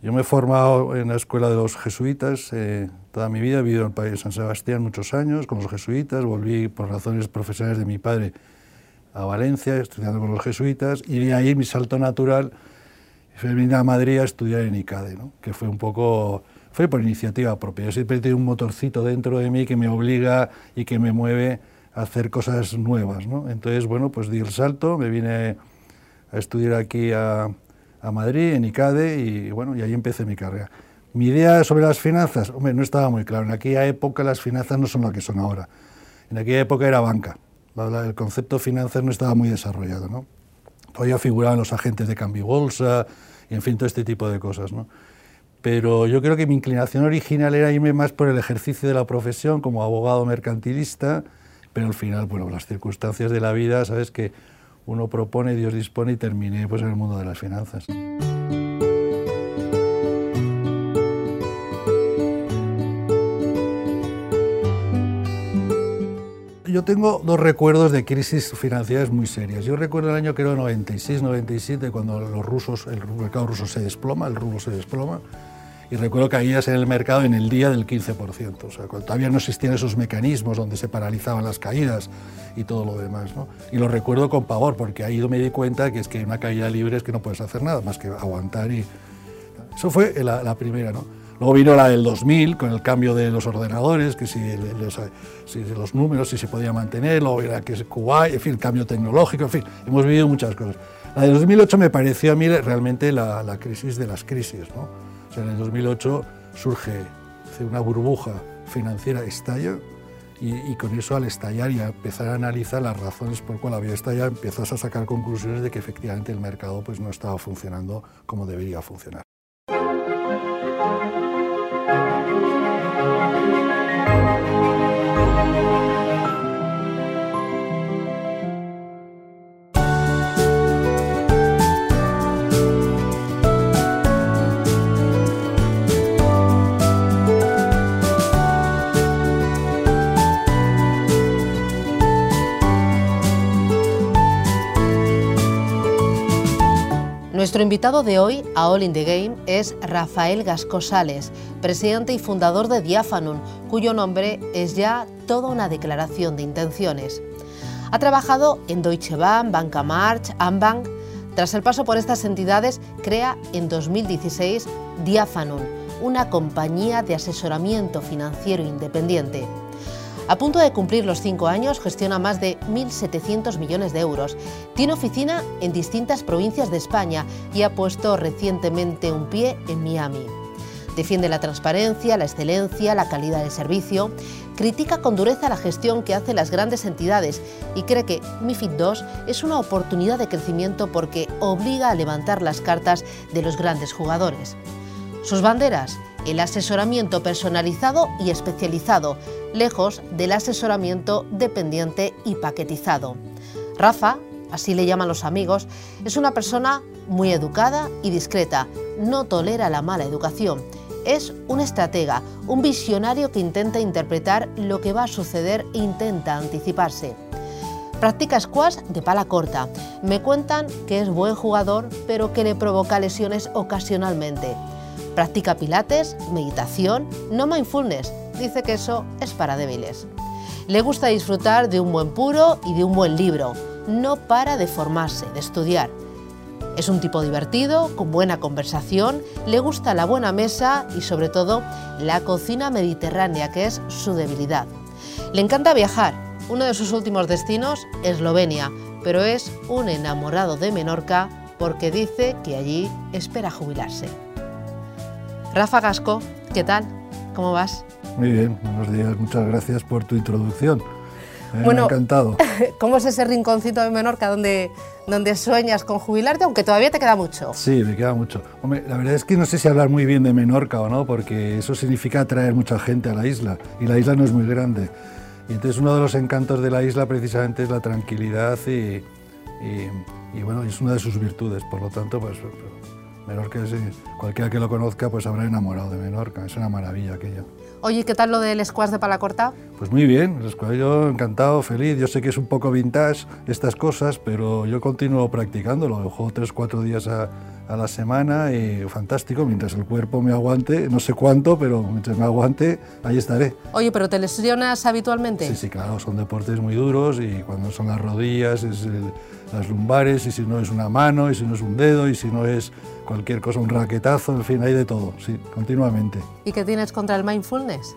Yo me he formado en la escuela de los jesuitas toda mi vida, he vivido en el país de San Sebastián muchos años con los jesuitas, volví por razones profesionales de mi padre a Valencia estudiando con los jesuitas y de ahí mi salto natural fue venir a Madrid a estudiar en ICADE, ¿no? Que fue un poco, fue por iniciativa propia. Yo siempre he tenido un motorcito dentro de mí que me obliga y que me mueve a hacer cosas nuevas, ¿no? Entonces, bueno, pues di el salto, me vine a estudiar aquí a Madrid, en ICADE, y bueno, y ahí empecé mi carrera. Mi idea sobre las finanzas, hombre, no estaba muy claro. En aquella época las finanzas no son lo que son ahora. En aquella época era banca. El concepto de finanzas no estaba muy desarrollado, ¿no? Todavía figuraban los agentes de cambio y bolsa, y en fin, todo este tipo de cosas, ¿no? Pero yo creo que mi inclinación original era irme más por el ejercicio de la profesión como abogado mercantilista, pero al final, bueno, las circunstancias de la vida, sabes que uno propone, Dios dispone, y terminé pues en el mundo de las finanzas. Yo tengo dos recuerdos de crisis financieras muy serias. Yo recuerdo el año que era 96-97, cuando el mercado ruso se desploma, el rublo se desploma, y recuerdo caídas en el mercado en el día del 15%, o sea, cuando todavía no existían esos mecanismos donde se paralizaban las caídas y todo lo demás, ¿no? Y lo recuerdo con pavor, porque ahí me di cuenta que es que una caída libre es que no puedes hacer nada más que aguantar y... Eso fue la primera, ¿no? Luego vino la del 2000, con el cambio de los ordenadores, que si los números, si se podía mantener, luego era que es Kuwait, en fin, el cambio tecnológico, en fin, hemos vivido muchas cosas. La del 2008 me pareció a mí realmente la crisis de las crisis, ¿no? O sea, en el 2008 surge una burbuja financiera, estalla, y con eso al estallar y a empezar a analizar las razones por cuál había estallado, empiezas a sacar conclusiones de que efectivamente el mercado pues, no estaba funcionando como debería funcionar. Nuestro invitado de hoy a All in the Game es Rafael Gascó Sales, presidente y fundador de Diafanon, cuyo nombre es ya toda una declaración de intenciones. Ha trabajado en Deutsche Bank, Banca March, Ambank. Tras el paso por estas entidades, crea en 2016 Diafanon, una compañía de asesoramiento financiero independiente. A punto de cumplir los 5 años, gestiona más de 1.700 millones de euros. Tiene oficina en distintas provincias de España y ha puesto recientemente un pie en Miami. Defiende la transparencia, la excelencia, la calidad del servicio. Critica con dureza la gestión que hacen las grandes entidades y cree que MiFID II es una oportunidad de crecimiento porque obliga a levantar las cartas de los grandes jugadores. Sus banderas: el asesoramiento personalizado y especializado, lejos del asesoramiento dependiente y paquetizado. Rafa, así le llaman los amigos, es una persona muy educada y discreta, no tolera la mala educación. Es un estratega, un visionario que intenta interpretar lo que va a suceder e intenta anticiparse. Practica squash de pala corta. Me cuentan que es buen jugador, pero que le provoca lesiones ocasionalmente. Practica pilates, meditación, no mindfulness. Dice que eso es para débiles. Le gusta disfrutar de un buen puro y de un buen libro. No para de formarse, de estudiar. Es un tipo divertido, con buena conversación, le gusta la buena mesa y sobre todo la cocina mediterránea, que es su debilidad. Le encanta viajar. Uno de sus últimos destinos, Eslovenia, pero es un enamorado de Menorca porque dice que allí espera jubilarse. Rafa Gascó, ¿qué tal? ¿Cómo vas? Muy bien, buenos días, muchas gracias por tu introducción. Bueno, me ha encantado. ¿Cómo es ese rinconcito de Menorca donde sueñas con jubilarte, aunque todavía te queda mucho? Sí, me queda mucho. Hombre, la verdad es que no sé si hablar muy bien de Menorca o no, porque eso significa atraer mucha gente a la isla, y la isla no es muy grande. Y entonces uno de los encantos de la isla precisamente es la tranquilidad y bueno, es una de sus virtudes, por lo tanto, pues Menorca, cualquiera que lo conozca pues habrá enamorado de Menorca, es una maravilla aquello. Oye, ¿qué tal lo del squash de pala corta? Pues muy bien, el squash yo encantado, feliz. Yo sé que es un poco vintage estas cosas, pero yo continúo practicándolo. Juego 3 o 4 días a a la semana y fantástico, mientras el cuerpo me aguante, no sé cuánto, pero mientras me aguante, ahí estaré. Oye, ¿pero te lesionas habitualmente? Sí, sí, claro, son deportes muy duros y cuando son las rodillas, las lumbares, y si no es una mano, y si no es un dedo, y si no es cualquier cosa, un raquetazo, en fin, hay de todo, sí, continuamente. ¿Y qué tienes contra el mindfulness?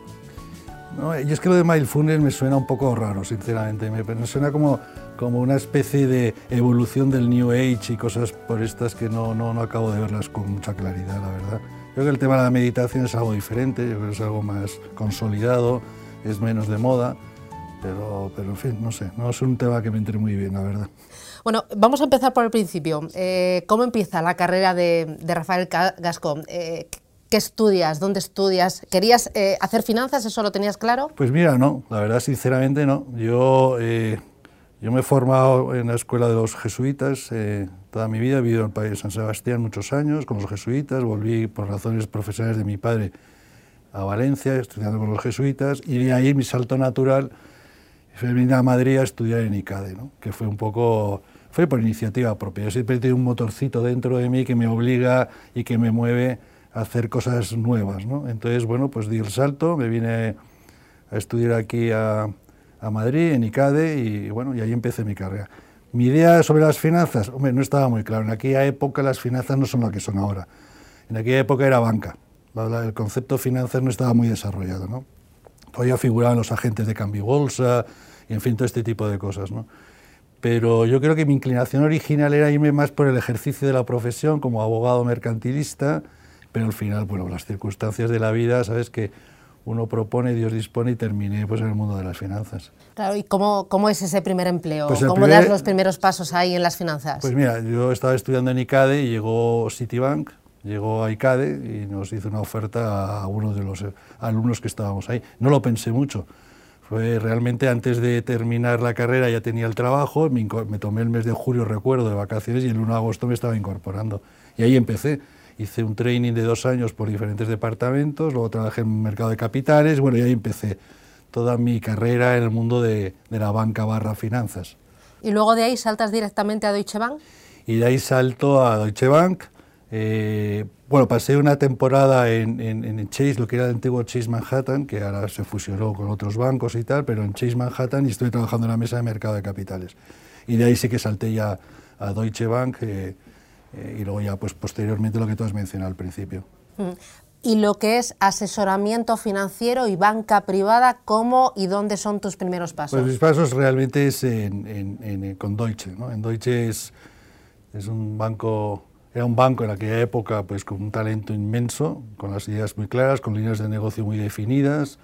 No, y es que lo de mindfulness me suena un poco raro, sinceramente, me suena como una especie de evolución del New Age y cosas por estas que no acabo de verlas con mucha claridad, la verdad. Creo que el tema de la meditación es algo diferente, yo creo que es algo más consolidado, es menos de moda, pero en fin, no sé, no es un tema que me entre muy bien, la verdad. Bueno, vamos a empezar por el principio. ¿Cómo empieza la carrera de Rafael Gascó? ¿Qué estudias? ¿Dónde estudias? ¿Querías hacer finanzas? ¿Eso lo tenías claro? Pues mira, no, la verdad, sinceramente no. Yo me he formado en la escuela de los jesuitas toda mi vida, he vivido en el país de San Sebastián muchos años con los jesuitas, volví por razones profesionales de mi padre a Valencia, estudiando con los jesuitas, y de ahí mi salto natural fue venir a Madrid a estudiar en ICADE, ¿no? Que fue fue por iniciativa propia. Yo siempre he tenido un motorcito dentro de mí que me obliga y que me mueve a hacer cosas nuevas, ¿no? Entonces, bueno, pues di el salto, me vine a estudiar aquí a Madrid, en ICADE, y bueno, y ahí empecé mi carrera. Mi idea sobre las finanzas, hombre, no estaba muy claro. En aquella época las finanzas no son lo que son ahora. En aquella época era banca. El concepto de finanzas no estaba muy desarrollado, ¿no? Todavía figuraban los agentes de cambio y bolsa, y en fin, todo este tipo de cosas, ¿no? Pero yo creo que mi inclinación original era irme más por el ejercicio de la profesión como abogado mercantilista, pero al final, bueno, las circunstancias de la vida, sabes que uno propone, Dios dispone, y terminé pues en el mundo de las finanzas. Claro, ¿y cómo es ese primer empleo? Pues ¿Cómo das los primeros pasos ahí en las finanzas? Pues mira, yo estaba estudiando en ICADE y llegó Citibank, llegó a ICADE y nos hizo una oferta a uno de los alumnos que estábamos ahí. No lo pensé mucho. Fue realmente antes de terminar la carrera, ya tenía el trabajo, me tomé el mes de julio, recuerdo, de vacaciones, y el 1 de agosto me estaba incorporando. Y ahí empecé. Hice un training de 2 años por diferentes departamentos, luego trabajé en el mercado de capitales, bueno, y ahí empecé toda mi carrera en el mundo de la banca / finanzas. ¿Y luego de ahí saltas directamente a Deutsche Bank? Y de ahí salto a Deutsche Bank. Bueno, pasé una temporada en Chase, lo que era el antiguo Chase Manhattan, que ahora se fusionó con otros bancos y tal, pero en Chase Manhattan, y estoy trabajando en la mesa de mercado de capitales. Y de ahí sí que salté ya a Deutsche Bank, y luego ya pues posteriormente lo que tú has mencionado al principio. Y lo que es asesoramiento financiero y banca privada, ¿cómo y dónde son tus primeros pasos? Pues mis pasos realmente es con Deutsche, ¿no? En Deutsche es un banco, era un banco en aquella época pues con un talento inmenso, con las ideas muy claras, con líneas de negocio muy definidas,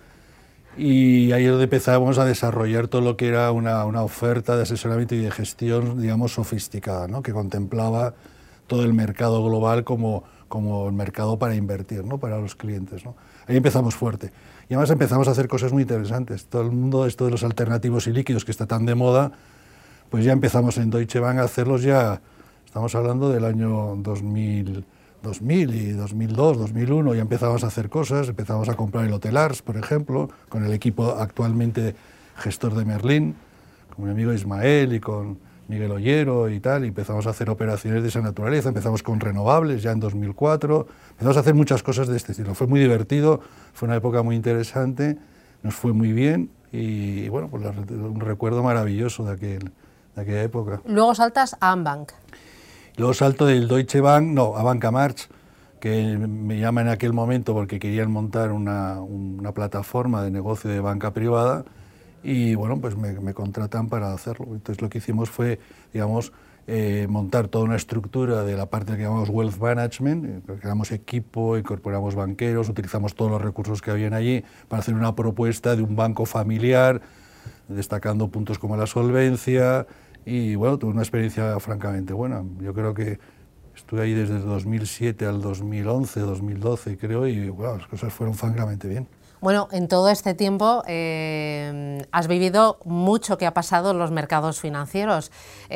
y ahí es donde empezábamos a desarrollar todo lo que era una oferta de asesoramiento y de gestión, digamos, sofisticada, ¿no? Que contemplaba todo el mercado global como el mercado para invertir, ¿no? Para los clientes, ¿no? Ahí empezamos fuerte. Y además empezamos a hacer cosas muy interesantes. Todo el mundo, esto de los alternativos y líquidos que está tan de moda, pues ya empezamos en Deutsche Bank a hacerlos ya, estamos hablando del año 2000 y 2002, 2001, ya empezamos a hacer cosas, empezamos a comprar el Hotel Ars, por ejemplo, con el equipo actualmente gestor de Merlin, con mi amigo Ismael y con Miguel Ollero y tal, y empezamos a hacer operaciones de esa naturaleza, empezamos con renovables ya en 2004, empezamos a hacer muchas cosas de este estilo. Fue muy divertido, fue una época muy interesante, nos fue muy bien y bueno, pues un recuerdo maravilloso de aquella época. Luego saltas a Ambank. Luego salto del Deutsche Bank, no, a Banca March, que me llama en aquel momento porque querían montar una plataforma de negocio de banca privada, y bueno, pues me contratan para hacerlo. Entonces lo que hicimos fue, digamos, montar toda una estructura de la parte que llamamos Wealth Management, creamos equipo, incorporamos banqueros, utilizamos todos los recursos que habían allí para hacer una propuesta de un banco familiar, destacando puntos como la solvencia, y bueno, tuve una experiencia francamente buena. Yo creo que estuve ahí desde el 2007 al 2011, 2012 creo, y bueno, las cosas fueron francamente bien. Bueno, en todo este tiempo has vivido mucho que ha pasado en los mercados financieros.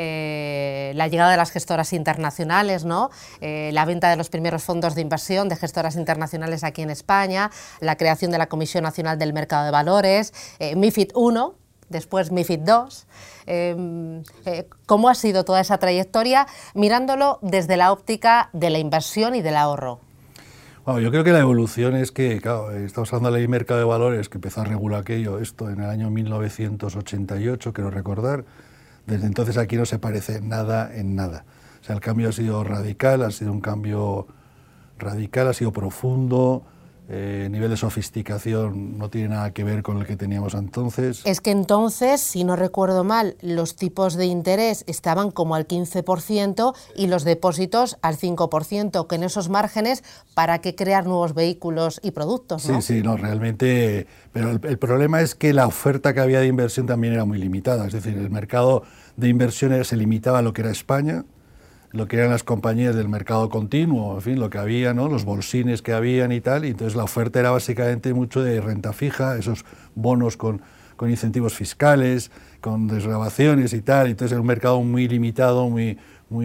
La llegada de las gestoras internacionales, ¿no? La venta de los primeros fondos de inversión de gestoras internacionales aquí en España, la creación de la Comisión Nacional del Mercado de Valores, MiFID I, después MiFID II. ¿Cómo ha sido toda esa trayectoria mirándolo desde la óptica de la inversión y del ahorro? Bueno, yo creo que la evolución es que, claro, estamos hablando de la ley de mercado de valores, que empezó a regular esto en el año 1988, quiero recordar. Desde entonces aquí no se parece nada en nada. O sea, el cambio ha sido radical, ha sido un cambio radical, ha sido profundo. El nivel de sofisticación no tiene nada que ver con el que teníamos entonces. Es que entonces, si no recuerdo mal, los tipos de interés estaban como al 15% y los depósitos al 5%, que en esos márgenes, ¿para qué crear nuevos vehículos y productos, no? Sí, no, realmente, pero el problema es que la oferta que había de inversión también era muy limitada, es decir, el mercado de inversiones se limitaba a lo que era España, lo que eran las compañías del mercado continuo, en fin, lo que había, ¿no? Los bolsines que habían y tal, y entonces la oferta era básicamente mucho de renta fija, esos bonos con incentivos fiscales, con desgravaciones y tal, y entonces era un mercado muy limitado, muy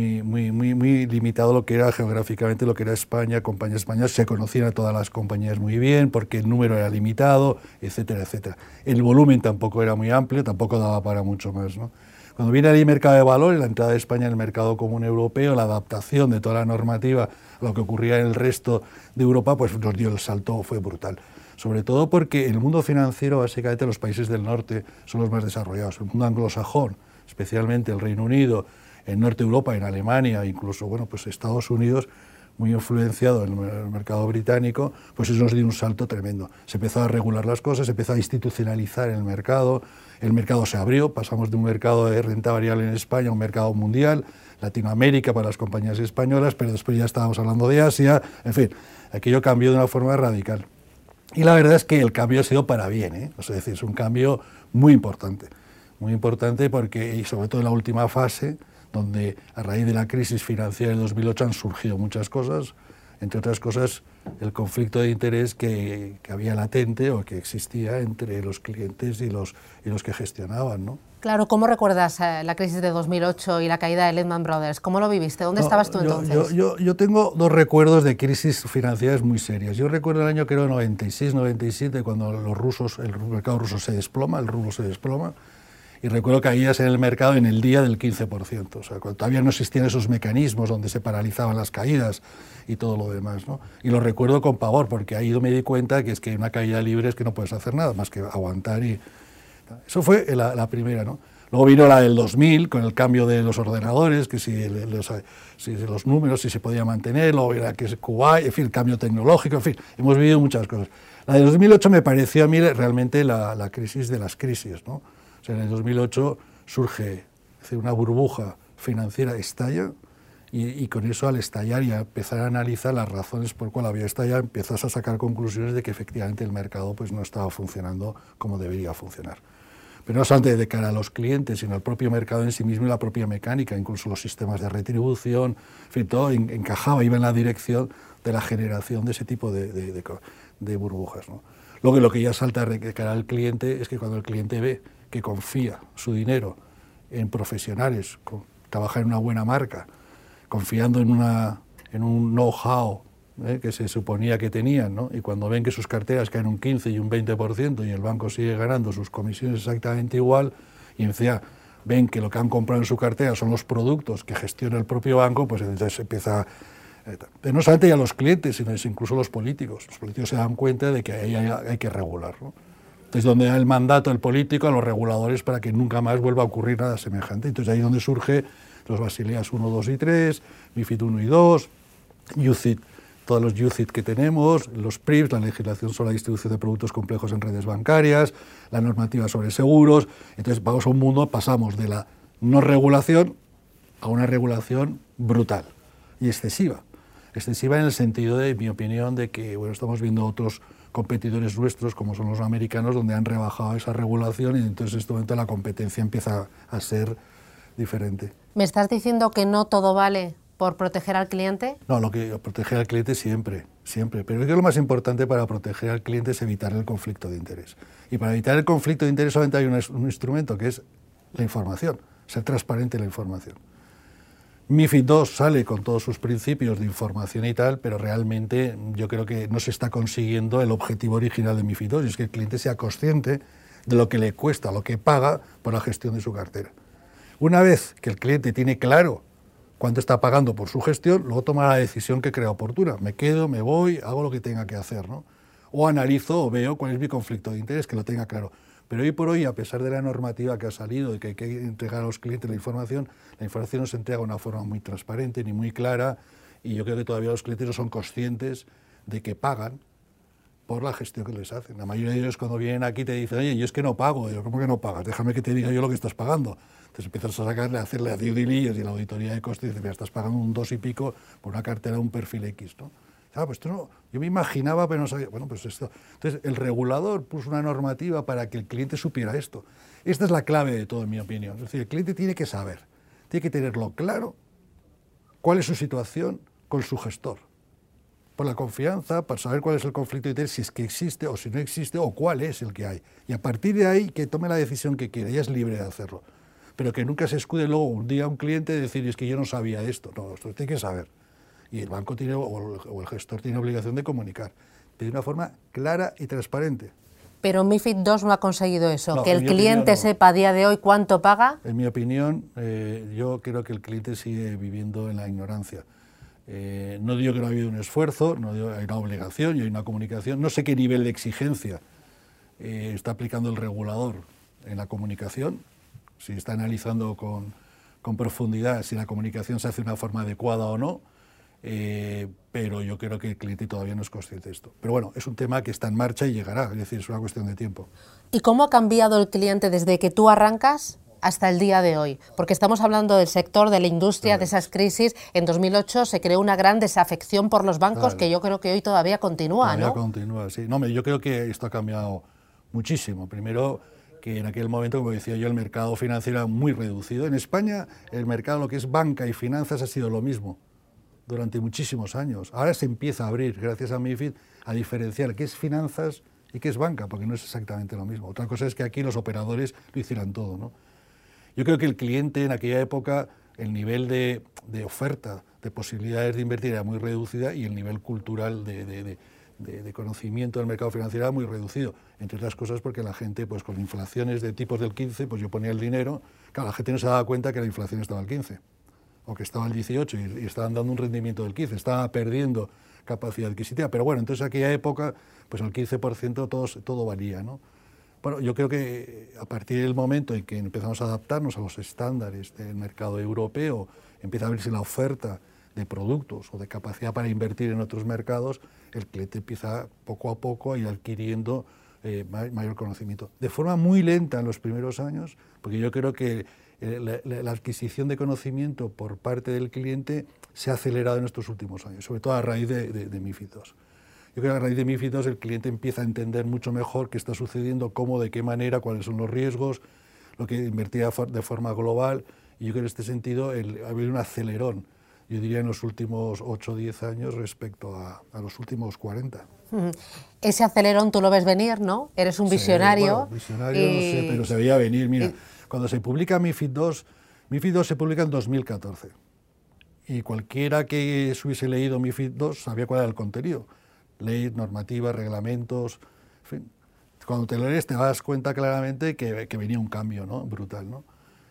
limitado lo que era geográficamente, lo que era España, compañías españolas, se conocían a todas las compañías muy bien, porque el número era limitado, etcétera, etcétera. El volumen tampoco era muy amplio, tampoco daba para mucho más, ¿no? Cuando viene el mercado de valores, la entrada de España en el mercado común europeo, la adaptación de toda la normativa a lo que ocurría en el resto de Europa, pues nos dio el salto, fue brutal. Sobre todo porque el mundo financiero, básicamente los países del norte son los más desarrollados. El mundo anglosajón, especialmente el Reino Unido, en Norte Europa, en Alemania, incluso bueno, pues Estados Unidos, muy influenciado en el mercado británico, pues eso nos dio un salto tremendo. Se empezó a regular las cosas, se empezó a institucionalizar el mercado se abrió, pasamos de un mercado de renta variable en España a un mercado mundial, Latinoamérica para las compañías españolas, pero después ya estábamos hablando de Asia, en fin, aquello cambió de una forma radical. Y la verdad es que el cambio ha sido para bien, ¿eh? O sea, es decir, es un cambio muy importante porque, y sobre todo en la última fase, donde a raíz de la crisis financiera de 2008 han surgido muchas cosas, entre otras cosas el conflicto de interés que había latente o que existía entre los clientes y los que gestionaban, ¿no? Claro, ¿cómo recuerdas la crisis de 2008 y la caída de Lehman Brothers? ¿Cómo lo viviste? ¿Dónde estabas tú entonces? Yo tengo dos recuerdos de crisis financieras muy serias. Yo recuerdo el año que era 96-97, cuando el mercado ruso se desploma, el rublo se desploma, y recuerdo caídas en el mercado en el día del 15%, o sea, cuando todavía no existían esos mecanismos donde se paralizaban las caídas y todo lo demás, ¿no? Y lo recuerdo con pavor, porque ahí me di cuenta que es que una caída libre es que no puedes hacer nada más que aguantar y... Eso fue la primera, ¿no? Luego vino la del 2000, con el cambio de los ordenadores, que si los números, si se podía mantener, luego era que es Kuwait, en fin, el cambio tecnológico, en fin, hemos vivido muchas cosas. La de 2008 me pareció a mí realmente la crisis de las crisis, ¿no? O sea, en el 2008 surge una burbuja financiera, estalla, y con eso al estallar y a empezar a analizar las razones por cuál había estallado, empiezas a sacar conclusiones de que efectivamente el mercado pues, no estaba funcionando como debería funcionar. Pero no solamente de cara a los clientes, sino al propio mercado en sí mismo y la propia mecánica, incluso los sistemas de retribución, en fin, todo encajaba, iba en la dirección de la generación de ese tipo de burbujas, ¿no? Luego lo que ya salta de cara al cliente es que cuando el cliente ve que confía su dinero en profesionales, trabajar en una buena marca, confiando en un know-how que se suponía que tenían, ¿no? Y cuando ven que sus carteras caen un 15 y un 20% y el banco sigue ganando sus comisiones exactamente igual, y encima ven que lo que han comprado en su cartera son los productos que gestiona el propio banco, pues entonces empieza... Pero no solamente ya los clientes, sino incluso los políticos. Los políticos se dan cuenta de que ahí hay que regular, ¿no? Es donde da el mandato el político a los reguladores para que nunca más vuelva a ocurrir nada semejante. Entonces ahí es donde surge los Basileas 1, 2 y 3, MiFID 1 y 2, UCIT, todos los UCIT que tenemos, los PRIPS, la legislación sobre la distribución de productos complejos en redes bancarias, la normativa sobre seguros. Entonces vamos a un mundo, pasamos de la no regulación a una regulación brutal y excesiva. Excesiva en el sentido de, en mi opinión, de que bueno, estamos viendo otros competidores nuestros, como son los americanos, donde han rebajado esa regulación y entonces en este momento la competencia empieza a ser diferente. ¿Me estás diciendo que no todo vale por proteger al cliente? No, proteger al cliente siempre, pero creo que lo más importante para proteger al cliente es evitar el conflicto de interés. Y para evitar el conflicto de interés solamente hay un instrumento, que es la información, ser transparente en la información. MiFID II sale con todos sus principios de información y tal, pero realmente yo creo que no se está consiguiendo el objetivo original de MiFID II, y es que el cliente sea consciente de lo que le cuesta, lo que paga por la gestión de su cartera. Una vez que el cliente tiene claro cuánto está pagando por su gestión, luego toma la decisión que crea oportuna. Me quedo, me voy, hago lo que tenga que hacer, ¿no? O analizo o veo cuál es mi conflicto de interés, que lo tenga claro. Pero hoy por hoy, a pesar de la normativa que ha salido, de que hay que entregar a los clientes la información no se entrega de una forma muy transparente ni muy clara, y yo creo que todavía los clientes no son conscientes de que pagan por la gestión que les hacen. La mayoría de ellos cuando vienen aquí te dicen, oye, yo es que no pago. Digo, ¿cómo que no pagas? Déjame que te diga yo lo que estás pagando. Entonces empiezas a sacarle, a hacerle a due diligence y la auditoría de costes y dices, mira, estás pagando un 2 y pico por una cartera de un perfil X, ¿no? Pues esto no, yo me imaginaba, pero no sabía. Bueno, pues esto. Entonces, el regulador puso una normativa para que el cliente supiera esto. Esta es la clave de todo, en mi opinión. Es decir, el cliente tiene que saber, tiene que tenerlo claro cuál es su situación con su gestor. Por la confianza, para saber cuál es el conflicto de interés, si es que existe o si no existe, o cuál es el que hay. Y a partir de ahí, que tome la decisión que quiera, ella es libre de hacerlo. Pero que nunca se escude luego un día a un cliente y decir, es que yo no sabía esto. No, esto tiene que saber. Y el banco tiene, o el gestor tiene obligación de comunicar de una forma clara y transparente. Pero MiFID II no ha conseguido eso, no, que el cliente sepa a día de hoy cuánto paga. En mi opinión, yo creo que el cliente sigue viviendo en la ignorancia. No digo que no ha habido un esfuerzo, no digo que hay una obligación y hay una comunicación. No sé qué nivel de exigencia está aplicando el regulador en la comunicación, si está analizando con profundidad si la comunicación se hace de una forma adecuada o no. Pero yo creo que el cliente todavía no es consciente de esto. Pero bueno, es un tema que está en marcha y llegará, es decir, es una cuestión de tiempo. ¿Y cómo ha cambiado el cliente desde que tú arrancas hasta el día de hoy? Porque estamos hablando del sector, de la industria, de esas crisis. En 2008 se creó una gran desafección por los bancos, que yo creo que hoy todavía continúa, ¿no? Todavía continúa, sí. No, yo creo que esto ha cambiado muchísimo. Primero, que en aquel momento, como decía yo, el mercado financiero era muy reducido. En España, el mercado, lo que es banca y finanzas, ha sido lo mismo durante muchísimos años. Ahora se empieza a abrir, gracias a MiFID, a diferenciar qué es finanzas y qué es banca, porque no es exactamente lo mismo. Otra cosa es que aquí los operadores lo hicieran todo, ¿no? Yo creo que el cliente en aquella época, el nivel de oferta, de posibilidades de invertir era muy reducida y el nivel cultural de conocimiento del mercado financiero era muy reducido. Entre otras cosas porque la gente, pues con inflaciones de tipos del 15, pues yo ponía el dinero, claro, la gente no se daba cuenta que la inflación estaba al 15. O que estaba al 18 y estaban dando un rendimiento del 15, estaba perdiendo capacidad adquisitiva. Pero bueno, entonces en aquella época, pues el 15% todo valía, ¿no? Bueno, yo creo que a partir del momento en que empezamos a adaptarnos a los estándares del mercado europeo, empieza a abrirse la oferta de productos o de capacidad para invertir en otros mercados, el cliente empieza poco a poco a ir adquiriendo mayor conocimiento. De forma muy lenta en los primeros años, porque yo creo que la adquisición de conocimiento por parte del cliente se ha acelerado en estos últimos años, sobre todo a raíz de MiFID II. Yo creo que a raíz de MiFID II el cliente empieza a entender mucho mejor qué está sucediendo, cómo, de qué manera, cuáles son los riesgos, lo que invertía de forma global, y yo creo que en este sentido ha habido un acelerón, yo diría en los últimos 8 o 10 años respecto a los últimos 40. Ese acelerón tú lo ves venir, ¿no? Eres un visionario. Bueno, visionario no sé, pero se veía venir. Mira, cuando se publica MiFID II se publica en 2014. Y cualquiera que se hubiese leído MiFID II sabía cuál era el contenido. Leyes, normativas, reglamentos, en fin. Cuando te lo lees te das cuenta claramente que venía un cambio, ¿no? Brutal, ¿no?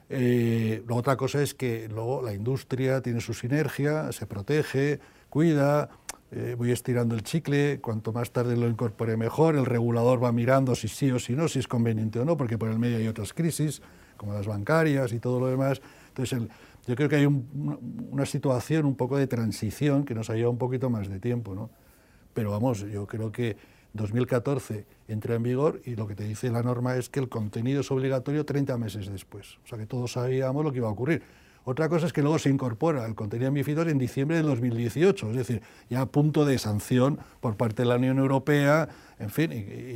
La otra cosa es que luego la industria tiene su sinergia, se protege, cuida, voy estirando el chicle, cuanto más tarde lo incorpore mejor, el regulador va mirando si sí o si no, si es conveniente o no, porque por el medio hay otras crisis, como las bancarias y todo lo demás. Entonces, yo creo que hay una situación un poco de transición que nos ha llevado un poquito más de tiempo, ¿no? Pero vamos, yo creo que 2014 entra en vigor y lo que te dice la norma es que el contenido es obligatorio 30 meses después. O sea que todos sabíamos lo que iba a ocurrir. Otra cosa es que luego se incorpora el contenido de MiFID II en diciembre de 2018, es decir, ya a punto de sanción por parte de la Unión Europea, en fin,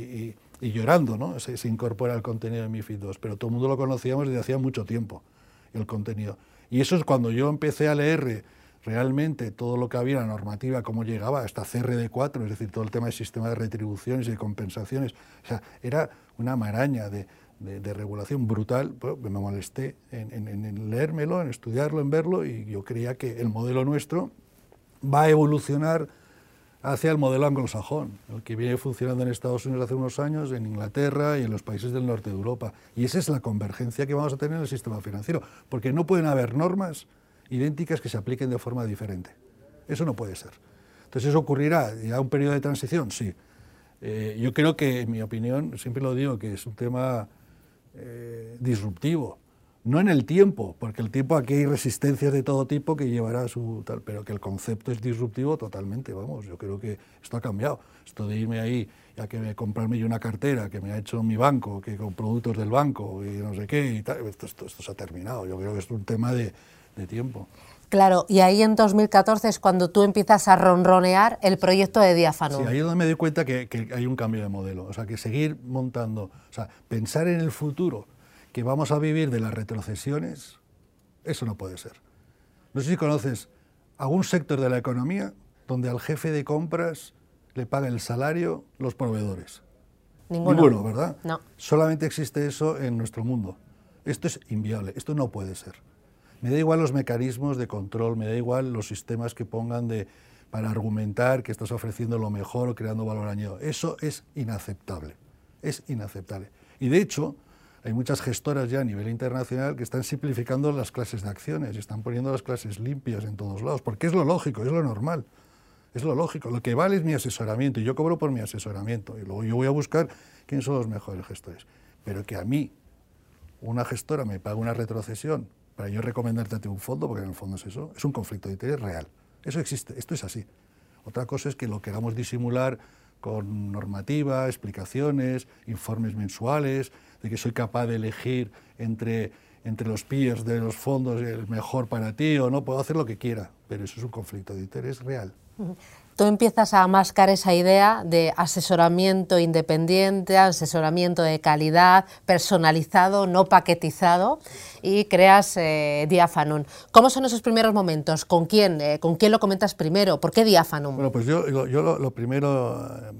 y llorando, ¿no? Se incorpora el contenido de MiFID II, pero todo el mundo lo conocíamos desde hacía mucho tiempo, el contenido. Y eso es cuando yo empecé a leer realmente todo lo que había en la normativa, cómo llegaba hasta CRD4, es decir, todo el tema del sistema de retribuciones y de compensaciones. O sea, era una maraña de regulación brutal. Bueno, me molesté en leérmelo, en estudiarlo, en verlo, y yo creía que el modelo nuestro va a evolucionar hacia el modelo anglosajón, el que viene funcionando en Estados Unidos hace unos años, en Inglaterra y en los países del norte de Europa. Y esa es la convergencia que vamos a tener en el sistema financiero, porque no pueden haber normas idénticas que se apliquen de forma diferente. Eso no puede ser. Entonces, ¿eso ocurrirá? ¿Ya un periodo de transición? Sí. Yo creo que, en mi opinión, siempre lo digo, que es un tema disruptivo. No en el tiempo, porque el tiempo aquí hay resistencias de todo tipo que llevará a su tal, pero que el concepto es disruptivo totalmente, vamos, yo creo que esto ha cambiado. Esto de irme ahí, ya que comprarme yo una cartera que me ha hecho mi banco, que con productos del banco y no sé qué, y tal, esto se ha terminado. Yo creo que es un tema de tiempo. Claro, y ahí en 2014 es cuando tú empiezas a ronronear el proyecto de Diafanon. Sí, ahí es donde me doy cuenta que hay un cambio de modelo, o sea, que seguir montando, o sea, pensar en el futuro, que vamos a vivir de las retrocesiones, eso no puede ser. No sé si conoces algún sector de la economía donde al jefe de compras le pagan el salario los proveedores. Ninguno, ¿verdad? No. Solamente existe eso en nuestro mundo. Esto es inviable, esto no puede ser. Me da igual los mecanismos de control, me da igual los sistemas que pongan para argumentar que estás ofreciendo lo mejor o creando valor añadido. Eso es inaceptable, es inaceptable. Y de hecho, hay muchas gestoras ya a nivel internacional que están simplificando las clases de acciones, están poniendo las clases limpias en todos lados, porque es lo lógico, es lo normal, es lo lógico. Lo que vale es mi asesoramiento, y yo cobro por mi asesoramiento, y luego yo voy a buscar quiénes son los mejores gestores. Pero que a mí, una gestora me pague una retrocesión para yo recomendarte a ti un fondo, porque en el fondo es eso, es un conflicto de interés real. Eso existe, esto es así. Otra cosa es que lo queramos disimular con normativa, explicaciones, informes mensuales, de que soy capaz de elegir entre los peers de los fondos el mejor para ti o no, puedo hacer lo que quiera, pero eso es un conflicto de interés real. Tú empiezas a mascar esa idea de asesoramiento independiente, asesoramiento de calidad, personalizado, no paquetizado, y creas Diafanon. ¿Cómo son esos primeros momentos? ¿Con quién lo comentas primero? ¿Por qué Diafanon? Bueno, pues yo lo primero,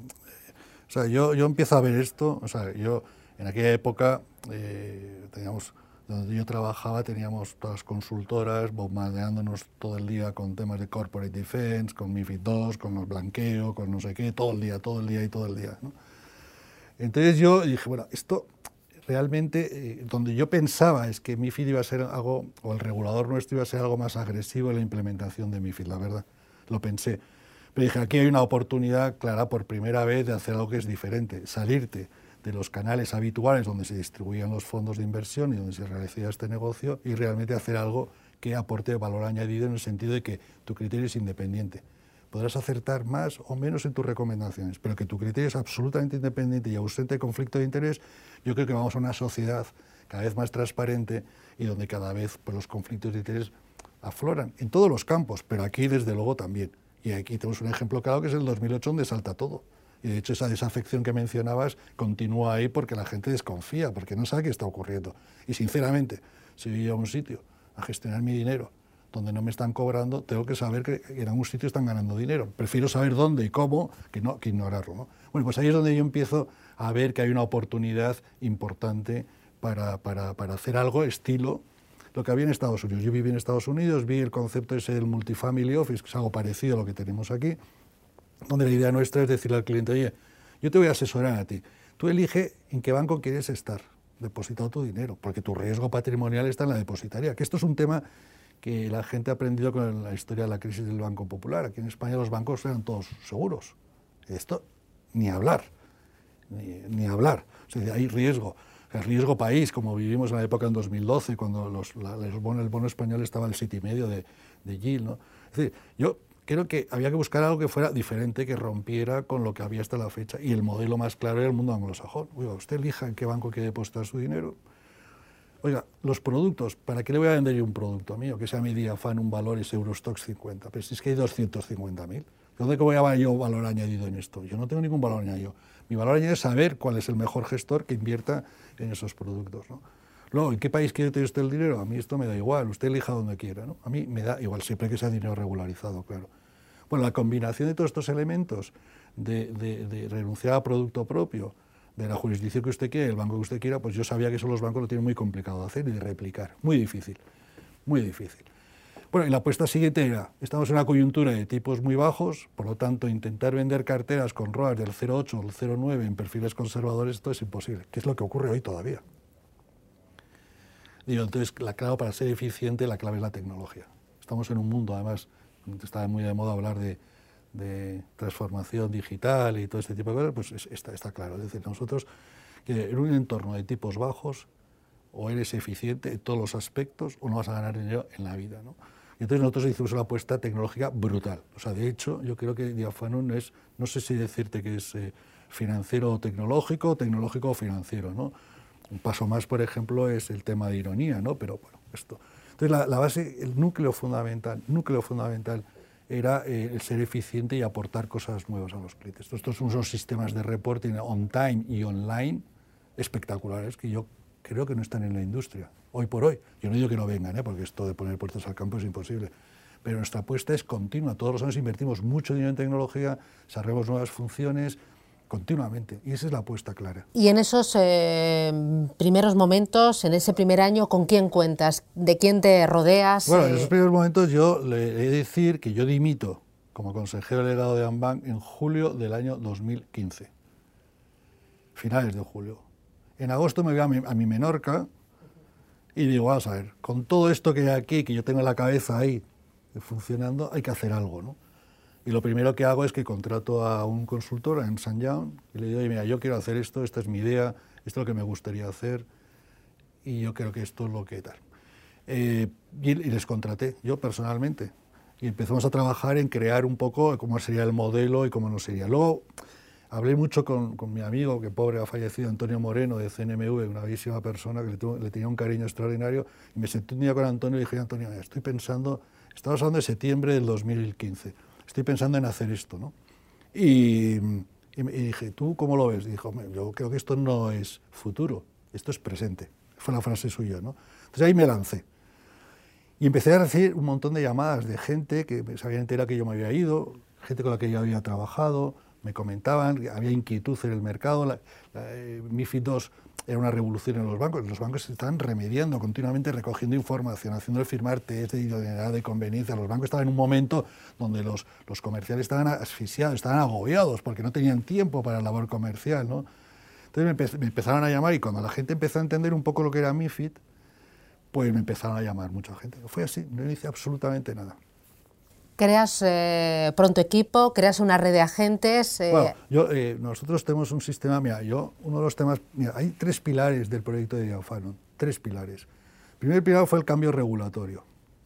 o sea, yo empiezo a ver esto, o sea, yo en aquella época teníamos, donde yo trabajaba, teníamos todas las consultoras bombardeándonos todo el día con temas de corporate defense, con MiFID II, con los blanqueo, con no sé qué, todo el día, ¿no? Entonces yo dije, bueno, esto realmente, donde yo pensaba es que MiFID iba a ser algo, o el regulador nuestro iba a ser algo más agresivo en la implementación de MiFID, la verdad, lo pensé. Pero dije, aquí hay una oportunidad clara por primera vez de hacer algo que es diferente, salirte de los canales habituales donde se distribuían los fondos de inversión y donde se realizaba este negocio y realmente hacer algo que aporte valor añadido en el sentido de que tu criterio es independiente. Podrás acertar más o menos en tus recomendaciones, pero que tu criterio es absolutamente independiente y ausente de conflicto de interés. Yo creo que vamos a una sociedad cada vez más transparente y donde cada vez pues, los conflictos de interés afloran en todos los campos, pero aquí desde luego también. Y aquí tenemos un ejemplo claro que es el 2008 donde salta todo. Y de hecho esa desafección que mencionabas continúa ahí porque la gente desconfía, porque no sabe qué está ocurriendo. Y sinceramente, si yo llego a un sitio a gestionar mi dinero donde no me están cobrando, tengo que saber que en algún sitio están ganando dinero. Prefiero saber dónde y cómo que ignorarlo, ¿no? Bueno, pues ahí es donde yo empiezo a ver que hay una oportunidad importante para hacer algo estilo lo que había en Estados Unidos. Yo viví en Estados Unidos, vi el concepto ese del multifamily office, que es algo parecido a lo que tenemos aquí, donde la idea nuestra es decirle al cliente, oye, yo te voy a asesorar a ti, tú elige en qué banco quieres estar, depositado tu dinero, porque tu riesgo patrimonial está en la depositaria, que esto es un tema que la gente ha aprendido con la historia de la crisis del Banco Popular. Aquí en España los bancos eran todos seguros. Esto, ni hablar, ni hablar. O sea, hay riesgo. El riesgo país, como vivimos en la época en 2012, cuando el bono español estaba al 7,5 de yield, ¿no? Es decir, yo creo que había que buscar algo que fuera diferente, que rompiera con lo que había hasta la fecha. Y el modelo más claro era el mundo anglosajón. Oiga, usted elija en qué banco quiere depositar su dinero. Oiga, los productos, ¿para qué le voy a vender yo un producto mío? Que sea mi Diafan, un valor es Eurostoxx 50. Pero si es que hay 250.000. ¿Dónde voy a ver yo valor añadido en esto? Yo no tengo ningún valor añadido. Mi valor añadido es saber cuál es el mejor gestor que invierta en esos productos, ¿no? Luego, ¿en qué país quiere tener usted el dinero? A mí esto me da igual, usted elija donde quiera, ¿no? A mí me da igual, siempre que sea dinero regularizado, claro. Bueno, la combinación de todos estos elementos, de renunciar a producto propio, de la jurisdicción que usted quiera, el banco que usted quiera, pues yo sabía que eso los bancos lo tienen muy complicado de hacer y de replicar. Muy difícil, muy difícil. Bueno, y la apuesta siguiente era, estamos en una coyuntura de tipos muy bajos, por lo tanto, intentar vender carteras con ROAs del 0,8 o el 0,9 en perfiles conservadores, esto es imposible, que es lo que ocurre hoy todavía. Digo, entonces, claro, para ser eficiente, la clave es la tecnología. Estamos en un mundo, además, está muy de moda hablar de transformación digital y todo este tipo de cosas, pues está claro. Es decir, nosotros, que en un entorno de tipos bajos, o eres eficiente en todos los aspectos o no vas a ganar dinero en la vida, ¿no? Y entonces nosotros hicimos una apuesta tecnológica brutal. O sea, de hecho, yo creo que Diafanon es, no sé si decirte que es financiero o tecnológico o financiero, ¿no? Un paso más, por ejemplo, es el tema de ironía, ¿no? Pero bueno, esto. Entonces la base, el núcleo fundamental era el ser eficiente y aportar cosas nuevas a los clientes. Estos son unos sistemas de reporting on time y online espectaculares que yo creo que no están en la industria, hoy por hoy. Yo no digo que no vengan, porque esto de poner puertas al campo es imposible, pero nuestra apuesta es continua. Todos los años invertimos mucho dinero en tecnología, desarrollamos nuevas funciones continuamente, y esa es la apuesta clara. Y en esos primeros momentos, en ese primer año, ¿con quién cuentas? ¿De quién te rodeas? Bueno, en esos primeros momentos yo le he de decir que yo dimito como consejero delegado de Ambank en julio del año 2015, finales de julio. En agosto me voy a mi Menorca y digo, vamos a ver, con todo esto que hay aquí, que yo tengo la cabeza ahí funcionando, hay que hacer algo, ¿no? Y lo primero que hago es que contrato a un consultor en St. John y le digo, oye, mira, yo quiero hacer esto, esta es mi idea, esto es lo que me gustaría hacer y yo creo que esto es lo que tal. Y les contraté, yo personalmente, y empezamos a trabajar en crear un poco cómo sería el modelo y cómo no sería. Luego, hablé mucho con mi amigo, que pobre ha fallecido, Antonio Moreno, de CNMV, una bellísima persona que le tenía un cariño extraordinario, y me senté un día con Antonio y dije, Antonio, estoy pensando, estamos hablando de septiembre del 2015, estoy pensando en hacer esto, ¿no? Y dije, ¿tú cómo lo ves? Y dijo, yo creo que esto no es futuro, esto es presente. Fue la frase suya, ¿no? Entonces ahí me lancé. Y empecé a recibir un montón de llamadas de gente que se había enterado que yo me había ido, gente con la que yo había trabajado, me comentaban que había inquietud en el mercado, MiFID II era una revolución en los bancos se estaban remediando continuamente, recogiendo información, haciéndole firmar test de idoneidad, de conveniencia. Los bancos estaban en un momento donde los comerciales estaban asfixiados, estaban agobiados porque no tenían tiempo para la labor comercial, ¿no? Entonces me empezaron a llamar y cuando la gente empezó a entender un poco lo que era MiFID, pues me empezaron a llamar mucha gente. Fue así, no hice absolutamente nada. ¿Creas pronto equipo? ¿Creas una red de agentes? Bueno, nosotros tenemos un sistema, uno de los temas, hay 3 pilares del proyecto de Diafanon, 3 pilares. El primer pilar fue el cambio regulatorio.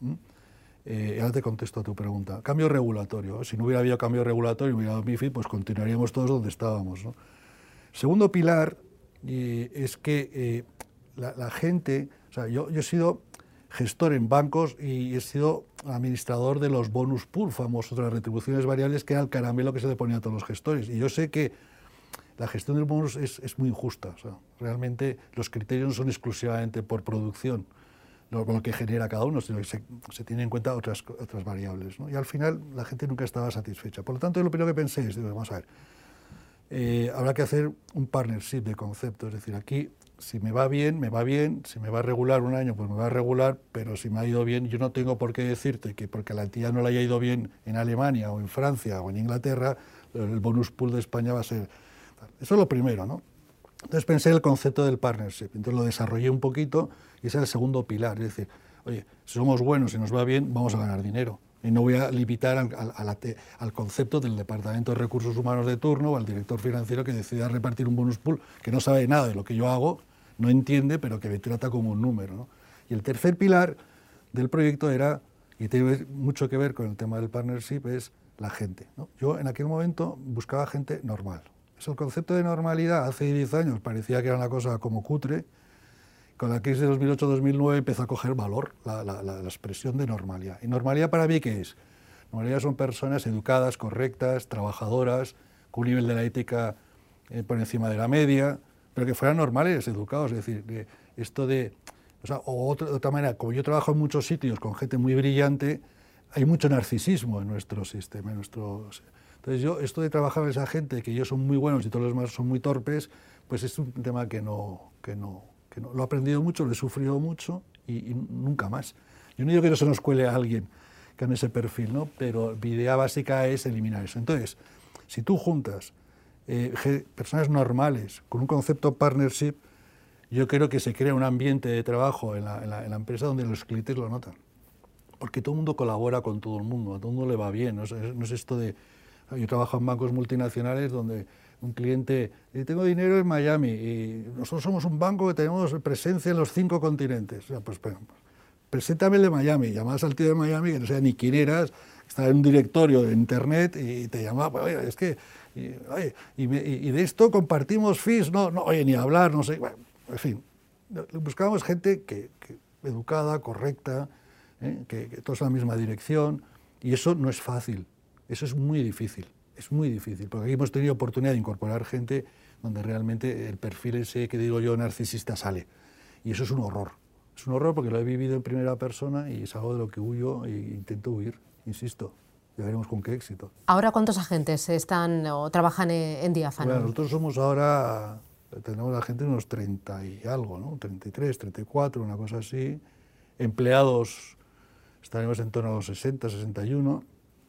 Ahora te contesto a tu pregunta. Cambio regulatorio. Si no hubiera habido cambio regulatorio y hubiera habido MiFID, pues continuaríamos todos donde estábamos, ¿no? Segundo pilar es que la gente, o sea, yo he sido gestor en bancos y he sido administrador de los bonus pool famosos, de las retribuciones variables, que era el caramelo que se le ponía a todos los gestores. Y yo sé que la gestión del bonus es muy injusta. O sea, realmente los criterios no son exclusivamente por producción, lo que genera cada uno, sino que se tienen en cuenta otras variables, ¿no? Y al final la gente nunca estaba satisfecha. Por lo tanto, lo primero que pensé es, vamos a ver, habrá que hacer un partnership de conceptos. Es decir, aquí, si me va bien, si me va a regular un año, pues me va a regular, pero si me ha ido bien, yo no tengo por qué decirte que porque a la entidad no le haya ido bien en Alemania o en Francia o en Inglaterra, el bonus pool de España va a ser... Eso es lo primero, ¿no? Entonces pensé en el concepto del partnership, entonces lo desarrollé un poquito y ese es el segundo pilar, es decir, oye, si somos buenos y nos va bien, vamos a ganar dinero. Y no voy a limitar al concepto del Departamento de Recursos Humanos de turno o al director financiero que decida repartir un bonus pool que no sabe nada de lo que yo hago, no entiende, pero que me trata como un número, ¿no? Y el tercer pilar del proyecto era, y tiene mucho que ver con el tema del partnership, es la gente, ¿no? Yo en aquel momento buscaba gente normal. El concepto de normalidad hace 10 años parecía que era una cosa como cutre. Con la crisis de 2008-2009 empezó a coger valor la expresión de normalidad. ¿Y normalidad para mí qué es? Normalidad son personas educadas, correctas, trabajadoras, con un nivel de la ética por encima de la media, pero que fueran normales, educados. Es decir, esto de... O de otra manera, como yo trabajo en muchos sitios con gente muy brillante, hay mucho narcisismo en nuestro sistema. Entonces yo, esto de trabajar con esa gente, que ellos son muy buenos y todos los demás son muy torpes, pues es un tema que no lo he aprendido mucho, lo he sufrido mucho y nunca más. Yo no digo que no se nos cuele a alguien con ese perfil, ¿no? Pero mi idea básica es eliminar eso. Entonces, si tú juntas personas normales con un concepto partnership, yo creo que se crea un ambiente de trabajo en la empresa donde los clientes lo notan. Porque todo el mundo colabora con todo el mundo, a todo el mundo le va bien. No es esto de... Yo trabajo en bancos multinacionales donde un cliente dice, tengo dinero en Miami y nosotros somos un banco que tenemos presencia en los 5 continentes. O sea, pues preséntame el de Miami, llamabas al tío de Miami que no sabía ni quién eras, estaba en un directorio de internet y te llamaba, oye, es que, y de esto compartimos fees, no, oye, ni hablar, no sé, bueno, en fin, buscábamos gente que educada, correcta, que todos en la misma dirección, y eso no es fácil, eso es muy difícil, porque aquí hemos tenido oportunidad de incorporar gente donde realmente el perfil ese que digo yo narcisista sale, y eso es un horror. Es un horror porque lo he vivido en primera persona y es algo de lo que huyo e intento huir, insisto. Ya veremos con qué éxito. ¿Ahora cuántos agentes están o trabajan en Diáfanon? Bueno, nosotros somos ahora, tenemos la gente unos 30 y algo, ¿no? 33, 34, una cosa así. Empleados estaremos en torno a los 60, 61.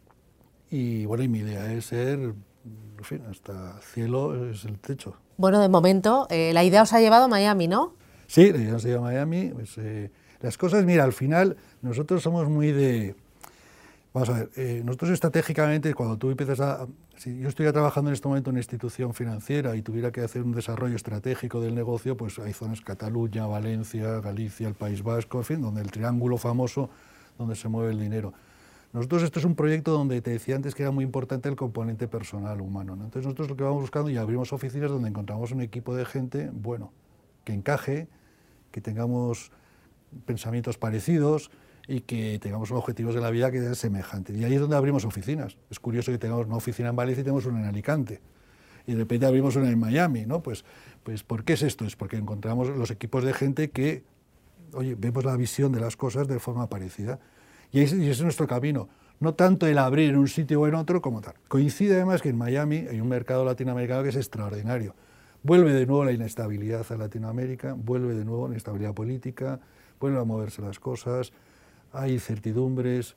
Y bueno, y mi idea es ser, en fin, hasta el cielo es el techo. Bueno, de momento, la idea os ha llevado a Miami, ¿no? Sí, la idea nos ha llevado a Miami. Pues, las cosas, mira, al final nosotros somos muy de... Vamos a ver, nosotros estratégicamente, cuando tú empiezas a... Si yo estuviera trabajando en este momento en una institución financiera y tuviera que hacer un desarrollo estratégico del negocio, pues hay zonas, Cataluña, Valencia, Galicia, el País Vasco, en fin, donde el triángulo famoso, donde se mueve el dinero. Nosotros, esto es un proyecto donde te decía antes que era muy importante el componente personal humano, ¿no? Entonces nosotros lo que vamos buscando, y abrimos oficinas donde encontramos un equipo de gente, bueno, que encaje, que tengamos pensamientos parecidos y que tengamos objetivos de la vida que sean semejantes. Y ahí es donde abrimos oficinas. Es curioso que tengamos una oficina en Valencia y tenemos una en Alicante. Y de repente abrimos una en Miami, ¿no? Pues ¿por qué es esto? Es porque encontramos los equipos de gente que, oye, vemos la visión de las cosas de forma parecida. Y ese es nuestro camino. No tanto el abrir en un sitio o en otro como tal. Coincide además que en Miami hay un mercado latinoamericano que es extraordinario. Vuelve de nuevo la inestabilidad a Latinoamérica, vuelve de nuevo la inestabilidad política, vuelven a moverse las cosas, hay incertidumbres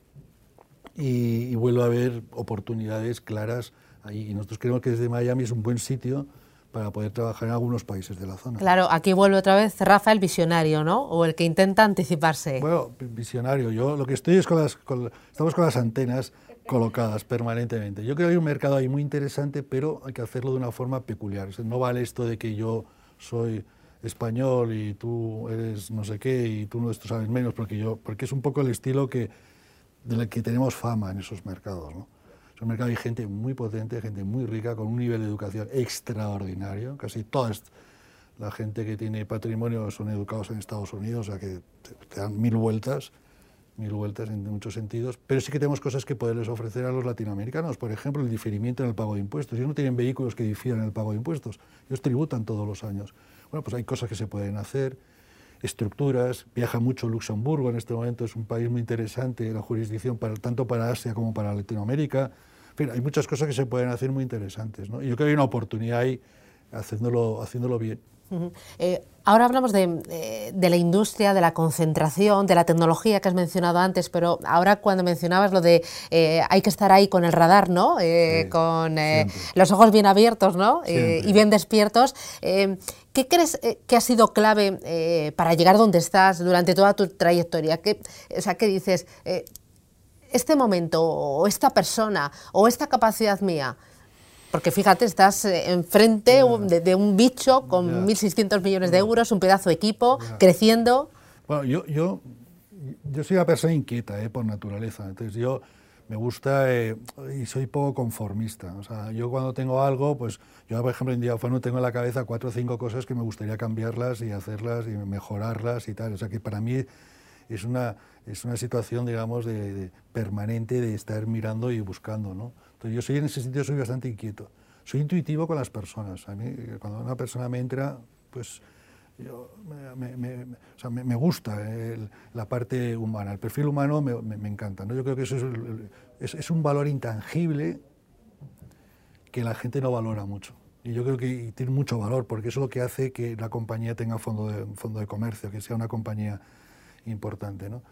y vuelve a haber oportunidades claras ahí. Y nosotros creemos que desde Miami es un buen sitio para poder trabajar en algunos países de la zona. Claro, aquí vuelve otra vez Rafa, el visionario, ¿no? O el que intenta anticiparse. Bueno, visionario. Yo lo que estoy es estamos con las antenas colocadas permanentemente. Yo creo que hay un mercado ahí muy interesante, pero hay que hacerlo de una forma peculiar. O sea, no vale esto de que yo soy español y tú eres no sé qué y tú sabes menos, porque es un poco el estilo del que tenemos fama en esos mercados, ¿no? En esos mercados hay gente muy potente, gente muy rica, con un nivel de educación extraordinario. Casi toda la gente que tiene patrimonio son educados en Estados Unidos, o sea que te dan mil vueltas en muchos sentidos, pero sí que tenemos cosas que poderles ofrecer a los latinoamericanos, por ejemplo, el diferimiento en el pago de impuestos. Ellos no tienen vehículos que difieran el pago de impuestos, ellos tributan todos los años. Bueno, pues hay cosas que se pueden hacer, estructuras, viaja mucho Luxemburgo, en este momento es un país muy interesante, la jurisdicción tanto para Asia como para Latinoamérica. En fin, hay muchas cosas que se pueden hacer muy interesantes, ¿no? Y yo creo que hay una oportunidad ahí haciéndolo bien. Ahora hablamos de la industria, de la concentración, de la tecnología que has mencionado antes, pero ahora cuando mencionabas lo de hay que estar ahí con el radar, ¿no? Sí, con los ojos bien abiertos, ¿no? Y bien despiertos. ¿Qué crees que ha sido clave para llegar donde estás durante toda tu trayectoria? ¿Qué dices? Este momento, o esta persona, o esta capacidad mía. Porque fíjate, estás enfrente de un bicho con 1.600 millones de euros, un pedazo de equipo, creciendo. Bueno, yo soy una persona inquieta, por naturaleza. Entonces yo me gusta y soy poco conformista. O sea, yo cuando tengo algo, pues yo por ejemplo en Diáfanon tengo en la cabeza 4 o 5 cosas que me gustaría cambiarlas y hacerlas y mejorarlas y tal. O sea que para mí es una situación, digamos, permanente de estar mirando y buscando, ¿no? Entonces yo en ese sentido soy bastante inquieto. Soy intuitivo con las personas. A mí, cuando una persona me entra, pues me gusta la parte humana. El perfil humano me encanta, ¿no? Yo creo que eso es un valor intangible que la gente no valora mucho. Y yo creo que tiene mucho valor, porque eso es lo que hace que la compañía tenga fondo de comercio, que sea una compañía importante, ¿no?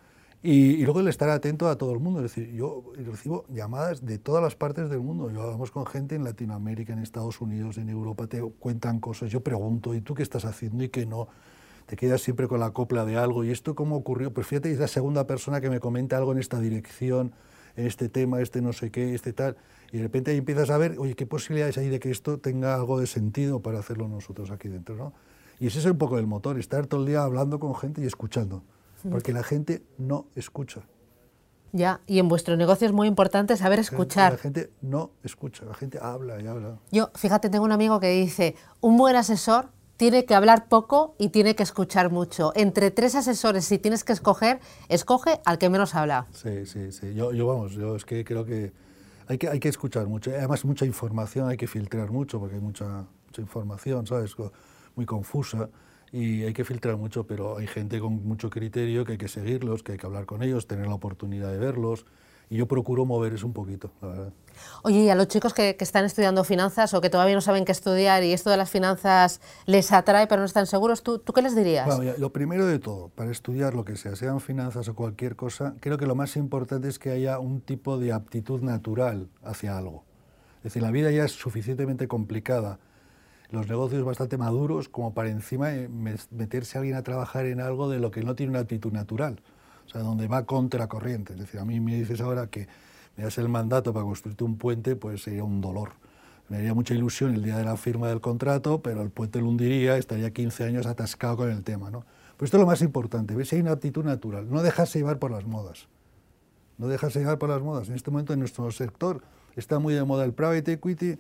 Y luego el estar atento a todo el mundo, es decir, yo recibo llamadas de todas las partes del mundo, yo hablamos con gente en Latinoamérica, en Estados Unidos, en Europa, te cuentan cosas, yo pregunto, ¿y tú qué estás haciendo y qué no? Te quedas siempre con la copla de algo, ¿y esto cómo ocurrió? Pues fíjate, es la segunda persona que me comenta algo en esta dirección, en este tema, este no sé qué, este tal, y de repente ahí empiezas a ver, oye, ¿qué posibilidades hay de que esto tenga algo de sentido para hacerlo nosotros aquí dentro, ¿no? Y ese es un poco el motor, estar todo el día hablando con gente y escuchando. Porque la gente no escucha. Ya, y en vuestro negocio es muy importante saber escuchar. La gente no escucha, la gente habla y habla. Yo, fíjate, tengo un amigo que dice, un buen asesor tiene que hablar poco y tiene que escuchar mucho. Entre 3 asesores, si tienes que escoger, escoge al que menos habla. Sí, sí, sí. Yo es que creo que hay que escuchar mucho. Además, mucha información, hay que filtrar mucho, porque hay mucha información, ¿sabes? Muy confusa. Y hay que filtrar mucho, pero hay gente con mucho criterio que hay que seguirlos, que hay que hablar con ellos, tener la oportunidad de verlos. Y yo procuro mover eso un poquito, la verdad. Oye, y a los chicos que están estudiando finanzas o que todavía no saben qué estudiar y esto de las finanzas les atrae pero no están seguros, ¿tú qué les dirías? Bueno, lo primero de todo, para estudiar lo que sea, sean finanzas o cualquier cosa, creo que lo más importante es que haya un tipo de aptitud natural hacia algo. Es decir, la vida ya es suficientemente complicada, los negocios bastante maduros como para encima meterse a alguien a trabajar en algo de lo que no tiene una aptitud natural, o sea, donde va contracorriente. Es decir, a mí me dices ahora que me das el mandato para construirte un puente, pues sería un dolor. Me haría mucha ilusión el día de la firma del contrato, pero el puente lo hundiría, estaría 15 años atascado con el tema, ¿no? Pues esto es lo más importante, ver si hay una aptitud natural, no dejarse llevar por las modas. No dejarse llevar por las modas. En este momento en nuestro sector está muy de moda el private equity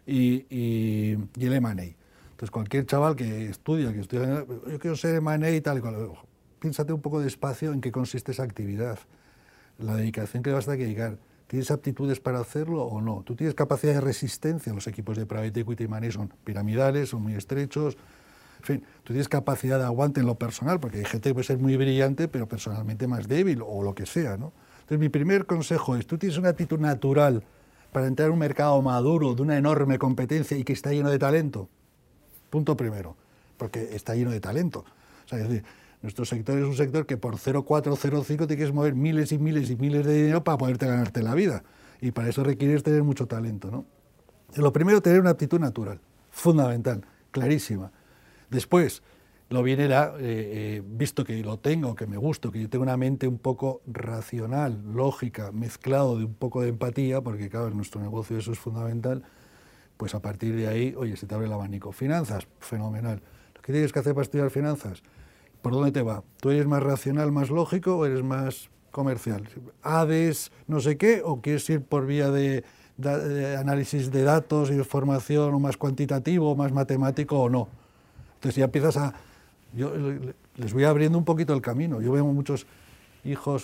y el M&A. Entonces cualquier chaval que estudia, yo quiero ser M&A y tal, piénsate un poco despacio en qué consiste esa actividad, la dedicación que le vas a dedicar. ¿Tienes aptitudes para hacerlo o no? ¿Tú tienes capacidad de resistencia? Los equipos de private equity y M&A son piramidales, son muy estrechos. En fin, tú tienes capacidad de aguante en lo personal, porque hay gente que puede ser muy brillante, pero personalmente más débil o lo que sea, ¿no? Entonces mi primer consejo es, tú tienes una actitud natural para entrar en un mercado maduro, de una enorme competencia y que está lleno de talento. Punto primero, porque está lleno de talento. O sea, es decir, nuestro sector es un sector que por 0,4 o 0,5 te quieres mover miles y miles y miles de dinero para poderte ganarte la vida. Y para eso requieres tener mucho talento, ¿no? Lo primero, tener una aptitud natural, fundamental, clarísima. Después, lo bien era, visto que lo tengo, que me gusto, que yo tengo una mente un poco racional, lógica, mezclado de un poco de empatía, porque claro, en nuestro negocio eso es fundamental, pues a partir de ahí, oye, se te abre el abanico. Finanzas, fenomenal. ¿Qué tienes que hacer para estudiar finanzas? ¿Por dónde te va? ¿Tú eres más racional, más lógico o eres más comercial? ¿Hades no sé qué o quieres ir por vía de análisis de datos, información o más cuantitativo, o más matemático o no? Entonces ya empiezas a... Yo les voy abriendo un poquito el camino. Yo veo muchos hijos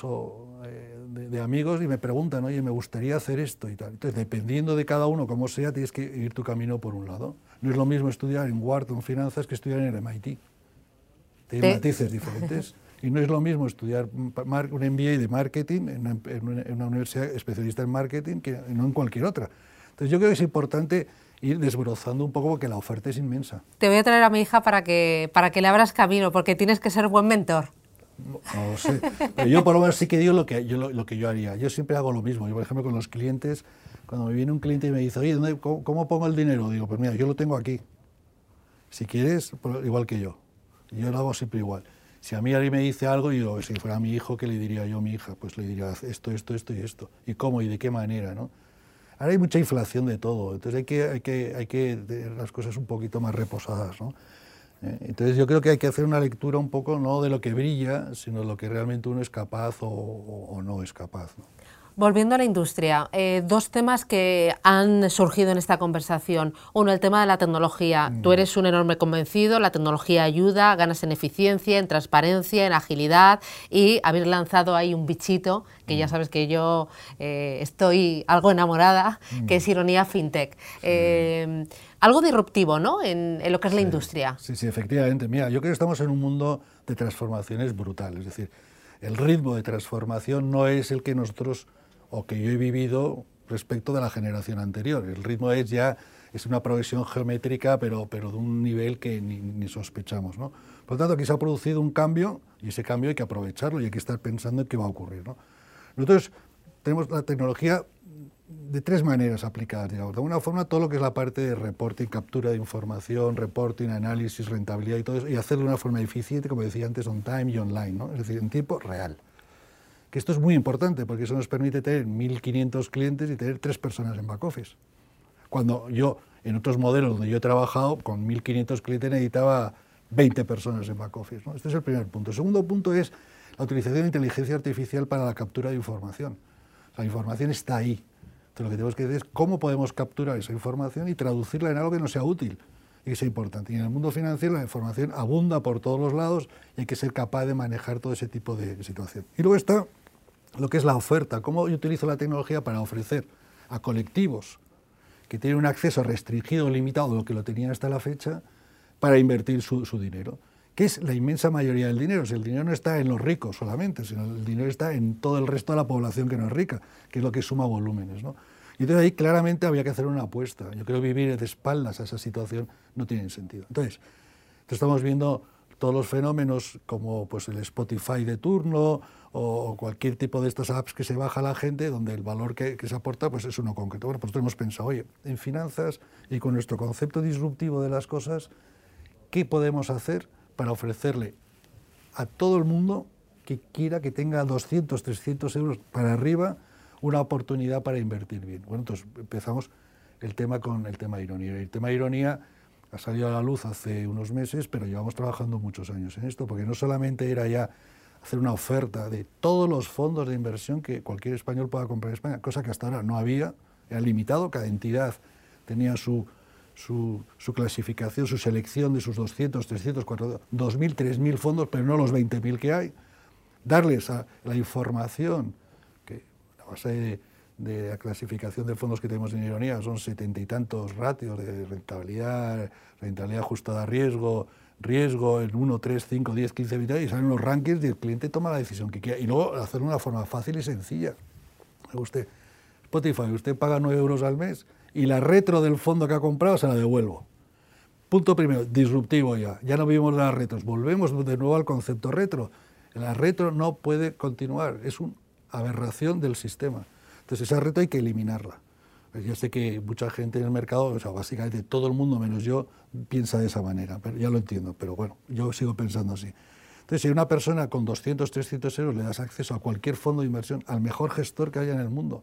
de amigos y me preguntan, oye, me gustaría hacer esto y tal. Entonces, dependiendo de cada uno, como sea, tienes que ir tu camino por un lado. No es lo mismo estudiar en Wharton finanzas que estudiar en el MIT. Tiene matices diferentes. Y no es lo mismo estudiar un MBA de marketing en una universidad especialista en marketing que no en cualquier otra. Entonces, yo creo que es importante ir desbrozando un poco porque la oferta es inmensa. Te voy a traer a mi hija para que le abras camino, porque tienes que ser buen mentor. No lo sé, pero yo por lo menos sí que digo lo que yo haría. Yo siempre hago lo mismo. Yo, por ejemplo, con los clientes, cuando me viene un cliente y me dice, oye, ¿cómo pongo el dinero? Digo, pues mira, yo lo tengo aquí. Si quieres, igual que yo. Yo lo hago siempre igual. Si a mí alguien me dice algo, yo, si fuera mi hijo, ¿qué le diría yo a mi hija? Pues le diría esto, esto, esto y esto. ¿Y cómo y de qué manera, no? Ahora hay mucha inflación de todo, entonces hay que tener las cosas un poquito más reposadas, ¿no? Entonces yo creo que hay que hacer una lectura un poco no de lo que brilla, sino de lo que realmente uno es capaz o no es capaz, ¿no? Volviendo a la industria, 2 temas que han surgido en esta conversación. Uno, el tema de la tecnología. Tú eres un enorme convencido, la tecnología ayuda, ganas en eficiencia, en transparencia, en agilidad y habéis lanzado ahí un bichito, que ya sabes que yo estoy algo enamorada, que es Ironía FinTech. Algo disruptivo, ¿no?, en lo que es la industria. Sí, sí, efectivamente. Mira, yo creo que estamos en un mundo de transformaciones brutales. Es decir, el ritmo de transformación no es el que nosotros o que yo he vivido respecto de la generación anterior. El ritmo es ya es una progresión geométrica, pero de un nivel que ni sospechamos, ¿no? Por lo tanto, aquí se ha producido un cambio, y ese cambio hay que aprovecharlo y hay que estar pensando en qué va a ocurrir, ¿no? Nosotros tenemos la tecnología de tres maneras aplicadas, digamos. De alguna forma, todo lo que es la parte de reporting, captura de información, reporting, análisis, rentabilidad y todo eso, y hacerlo de una forma eficiente, como decía antes, on time y online, ¿no? Es decir, en tiempo real. Que esto es muy importante, porque eso nos permite tener 1.500 clientes y tener 3 personas en back office. Cuando yo, en otros modelos donde yo he trabajado, con 1.500 clientes necesitaba 20 personas en back office, ¿no? Este es el primer punto. El segundo punto es la utilización de inteligencia artificial para la captura de información. La información está ahí. Entonces, lo que tenemos que decir es cómo podemos capturar esa información y traducirla en algo que nos sea útil y que sea importante. Y en el mundo financiero la información abunda por todos los lados y hay que ser capaz de manejar todo ese tipo de situación. Y luego está lo que es la oferta, cómo yo utilizo la tecnología para ofrecer a colectivos que tienen un acceso restringido o limitado, lo que lo tenían hasta la fecha, para invertir su dinero, que es la inmensa mayoría del dinero. O sea, el dinero no está en los ricos solamente, sino el dinero está en todo el resto de la población que no es rica, que es lo que suma volúmenes, ¿no? Y entonces ahí claramente había que hacer una apuesta. Yo creo que vivir de espaldas a esa situación no tiene sentido. Entonces estamos viendo todos los fenómenos como pues, el Spotify de turno o cualquier tipo de estas apps que se baja la gente, donde el valor que se aporta pues, es uno concreto. Bueno, pues nosotros hemos pensado, oye, en finanzas y con nuestro concepto disruptivo de las cosas, ¿qué podemos hacer para ofrecerle a todo el mundo que quiera, que tenga 200, 300 euros para arriba, una oportunidad para invertir bien? Bueno, entonces empezamos el tema con el tema de ironía. El tema de ironía ha salido a la luz hace unos meses, pero llevamos trabajando muchos años en esto, porque no solamente era ya hacer una oferta de todos los fondos de inversión que cualquier español pueda comprar en España, cosa que hasta ahora no había, era limitado, cada entidad tenía su clasificación, su selección de sus 200, 300, 400, 2.000, 3.000 fondos, pero no los 20.000 que hay. Darles la información, que la base de la clasificación de fondos que tenemos en ironía son 70 y tantos ratios de rentabilidad, rentabilidad ajustada a riesgo en 1, 3, 5, 10, 15, 20, y salen los rankings y el cliente toma la decisión que quiera. Y luego hacerlo de una forma fácil y sencilla. Usted, Spotify, usted paga 9 euros al mes y la retro del fondo que ha comprado se la devuelvo. Punto primero, disruptivo ya. Ya no vivimos de las retros. Volvemos de nuevo al concepto retro. La retro no puede continuar. Es una aberración del sistema. Entonces esa retro hay que eliminarla. Yo sé que mucha gente en el mercado, o sea, básicamente todo el mundo menos yo, piensa de esa manera. Pero ya lo entiendo, pero bueno, yo sigo pensando así. Entonces, si a una persona con 200, 300 euros le das acceso a cualquier fondo de inversión, al mejor gestor que haya en el mundo,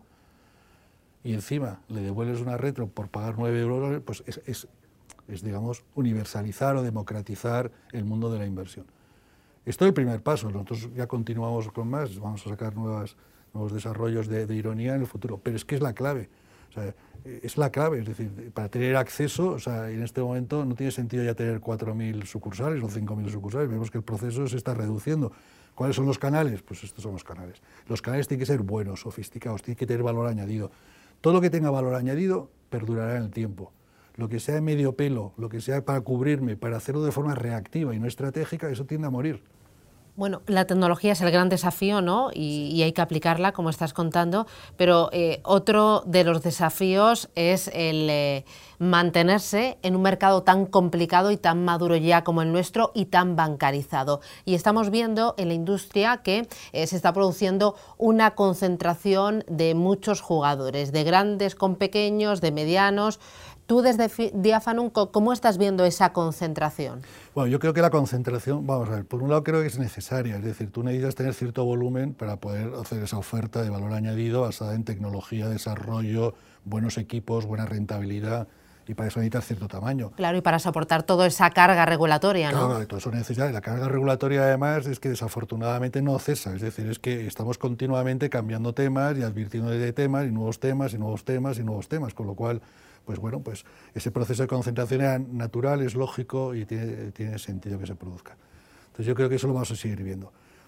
y encima le devuelves una retro por pagar 9 euros, pues es digamos, universalizar o democratizar el mundo de la inversión. Esto es el primer paso. Nosotros ya continuamos con más, vamos a sacar nuevos desarrollos de ironía en el futuro, pero es que es la clave. O sea, es la clave, es decir, para tener acceso, o sea, en este momento no tiene sentido ya tener 4.000 sucursales o 5.000 sucursales, vemos que el proceso se está reduciendo. ¿Cuáles son los canales? Pues estos son los canales. Los canales tienen que ser buenos, sofisticados, tienen que tener valor añadido. Todo lo que tenga valor añadido perdurará en el tiempo. Lo que sea de medio pelo, lo que sea para cubrirme, para hacerlo de forma reactiva y no estratégica, eso tiende a morir. Bueno, la tecnología es el gran desafío, ¿no? Y hay que aplicarla, como estás contando, pero otro de los desafíos es el mantenerse en un mercado tan complicado y tan maduro ya como el nuestro y tan bancarizado. Y estamos viendo en la industria que se está produciendo una concentración de muchos jugadores, de grandes con pequeños, de medianos. Tú desde Diafanum, ¿cómo estás viendo esa concentración? Bueno, yo creo que la concentración, vamos a ver, por un lado creo que es necesaria, es decir, tú necesitas tener cierto volumen para poder hacer esa oferta de valor añadido basada en tecnología, desarrollo, buenos equipos, buena rentabilidad, y para eso necesitas cierto tamaño. Claro, y para soportar toda esa carga regulatoria, ¿no? Claro, todo eso es necesario. La carga regulatoria además es que desafortunadamente no cesa, es decir, es que estamos continuamente cambiando temas y advirtiendo de temas y nuevos temas y nuevos temas y nuevos temas, con lo cual pues bueno, pues ese proceso de concentración es natural, es lógico y tiene sentido que se produzca. Entonces yo creo que eso lo vamos a seguir viendo.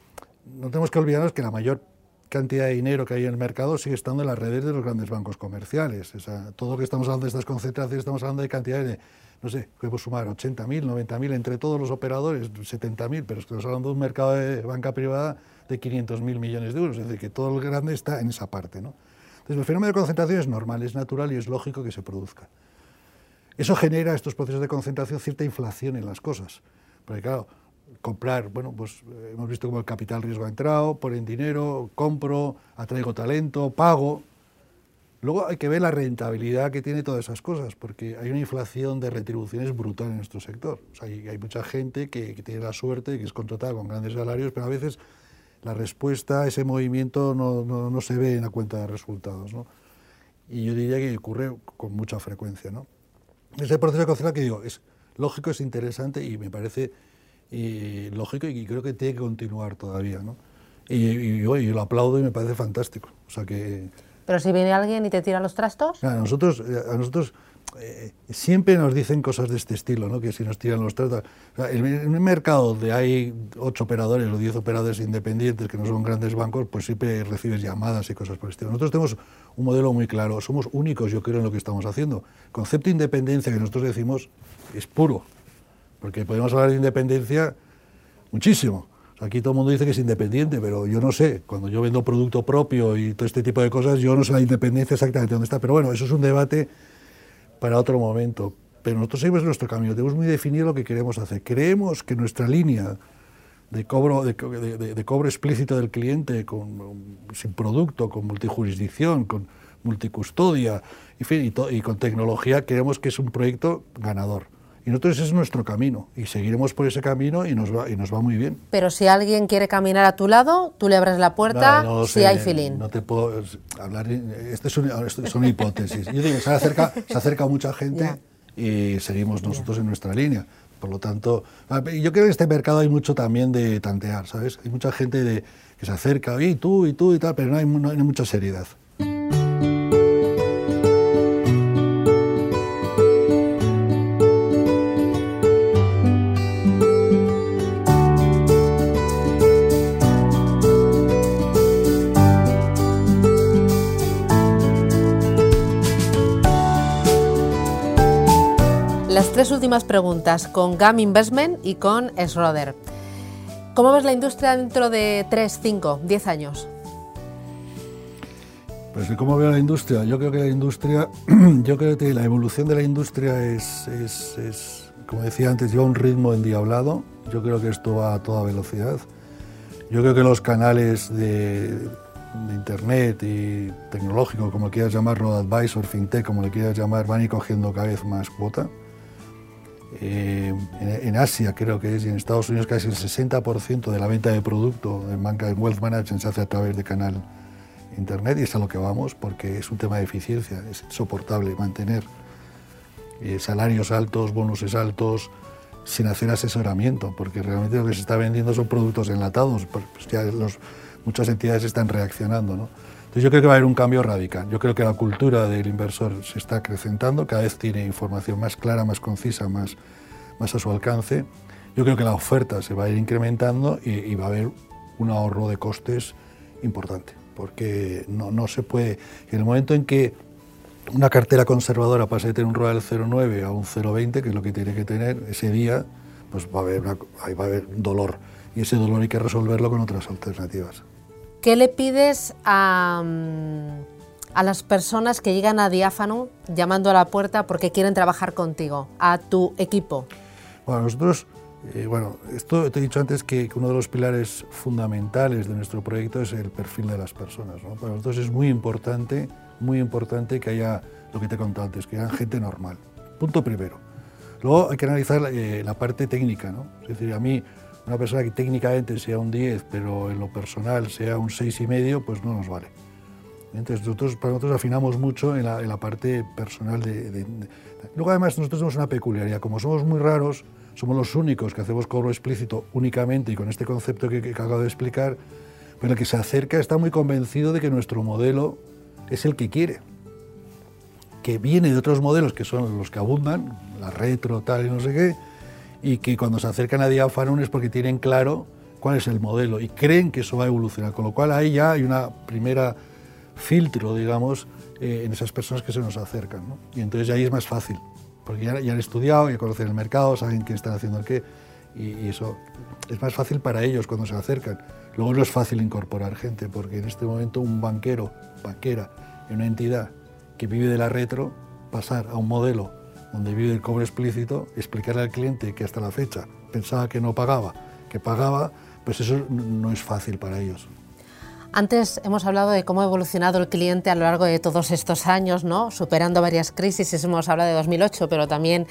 No tenemos que olvidarnos que la mayor cantidad de dinero que hay en el mercado sigue estando en las redes de los grandes bancos comerciales. O sea, todo lo que estamos hablando de estas concentraciones, estamos hablando de cantidades de, no sé, podemos sumar 80.000, 90.000 entre todos los operadores, 70.000, pero estamos hablando de un mercado de banca privada de 500.000 millones de euros, es decir, que todo el grande está en esa parte, ¿no? Entonces, el fenómeno de concentración es normal, es natural y es lógico que se produzca. Eso genera, estos procesos de concentración, cierta inflación en las cosas. Porque claro, comprar, bueno, pues hemos visto cómo el capital riesgo ha entrado, ponen dinero, compro, atraigo talento, pago. Luego hay que ver la rentabilidad que tiene todas esas cosas, porque hay una inflación de retribuciones brutal en nuestro sector. O sea, hay mucha gente que tiene la suerte de que es contratada con grandes salarios, pero a veces la respuesta a ese movimiento no se ve en la cuenta de resultados, ¿no? Y yo diría que ocurre con mucha frecuencia, ¿no? Ese proceso de concentración que digo, es lógico, es interesante y me parece lógico y creo que tiene que continuar todavía, ¿no? Y yo lo aplaudo y me parece fantástico. O sea que... Pero si viene alguien y te tira los trastos... A nosotros siempre nos dicen cosas de este estilo, ¿no? Que si nos tiran los trastos... O sea, en un mercado donde hay 8 operadores o 10 operadores independientes que no son grandes bancos, pues siempre recibes llamadas y cosas por el estilo. Nosotros tenemos un modelo muy claro, somos únicos, yo creo, en lo que estamos haciendo. El concepto de independencia que nosotros decimos es puro, porque podemos hablar de independencia muchísimo. Aquí todo el mundo dice que es independiente, pero yo no sé, cuando yo vendo producto propio y todo este tipo de cosas, yo no sé la independencia exactamente dónde está, pero bueno, eso es un debate para otro momento. Pero nosotros seguimos nuestro camino, tenemos muy definido lo que queremos hacer. Creemos que nuestra línea de cobro explícito del cliente, sin producto, con multijurisdicción, con multicustodia, en fin, y con tecnología, creemos que es un proyecto ganador. Y nosotros ese es nuestro camino, y seguiremos por ese camino y nos va muy bien. Pero si alguien quiere caminar a tu lado, tú le abres la puerta si hay feeling. No te puedo hablar, son hipótesis. Yo digo, se acerca mucha gente y seguimos nosotros en nuestra línea. Por lo tanto, yo creo que en este mercado hay mucho también de tantear, ¿sabes? Hay mucha gente que se acerca, y tú y tal, pero no hay mucha seriedad. Las 3 últimas preguntas con GAM Investment y con Schroder. ¿Cómo ves la industria dentro de 3, 5, 10 años? Pues ¿cómo veo la industria? Yo creo que la evolución de la industria es, como decía antes, lleva un ritmo endiablado. Yo creo que esto va a toda velocidad. Yo creo que los canales de internet y tecnológico, como quieras llamarlo, advisor, fintech, como le quieras llamar, van a ir cogiendo cada vez más cuota. En Asia creo que es, y en Estados Unidos casi el 60% de la venta de producto en banca, en wealth management, se hace a través de canal internet, y es a lo que vamos, porque es un tema de eficiencia, es insoportable mantener salarios altos, bonuses altos, sin hacer asesoramiento, porque realmente lo que se está vendiendo son productos enlatados, pues ya muchas entidades están reaccionando, ¿no? Entonces yo creo que va a haber un cambio radical. Yo creo que la cultura del inversor se está acrecentando, cada vez tiene información más clara, más concisa, más a su alcance. Yo creo que la oferta se va a ir incrementando y va a haber un ahorro de costes importante, porque no se puede... En el momento en que una cartera conservadora pase de tener un ROA del 0,9 a un 0,20, que es lo que tiene que tener ese día, pues va a haber dolor, y ese dolor hay que resolverlo con otras alternativas. ¿Qué le pides a las personas que llegan a Diáfano llamando a la puerta porque quieren trabajar contigo, a tu equipo? Bueno, nosotros, esto te he dicho antes que uno de los pilares fundamentales de nuestro proyecto es el perfil de las personas, ¿no? Para nosotros es muy importante que haya, lo que te he contado antes, que haya gente normal. Punto primero. Luego hay que analizar la parte técnica, ¿no? Es decir, a mí, una persona que técnicamente sea un 10, pero en lo personal sea un 6,5, pues no nos vale. Entonces para nosotros afinamos mucho en la parte personal. Luego además nosotros tenemos una peculiaridad, como somos muy raros, somos los únicos que hacemos cobro explícito únicamente y con este concepto que acabo de explicar, pero el que se acerca está muy convencido de que nuestro modelo es el que quiere, que viene de otros modelos que son los que abundan, la retro, tal y no sé qué, y que cuando se acercan a Diáfano es porque tienen claro cuál es el modelo y creen que eso va a evolucionar, con lo cual ahí ya hay una primera filtro, digamos, en esas personas que se nos acercan, ¿no? Y entonces ahí es más fácil, porque ya han estudiado, ya conocen el mercado, saben qué están haciendo el qué, y eso es más fácil para ellos cuando se acercan. Luego no es fácil incorporar gente, porque en este momento un banquera en una entidad que vive de la retro, pasar a un modelo donde vive el cobro explícito, explicarle al cliente que hasta la fecha pensaba que no pagaba, que pagaba, pues eso no es fácil para ellos. Antes hemos hablado de cómo ha evolucionado el cliente a lo largo de todos estos años, ¿no? Superando varias crisis. Hemos hablado de 2008, pero también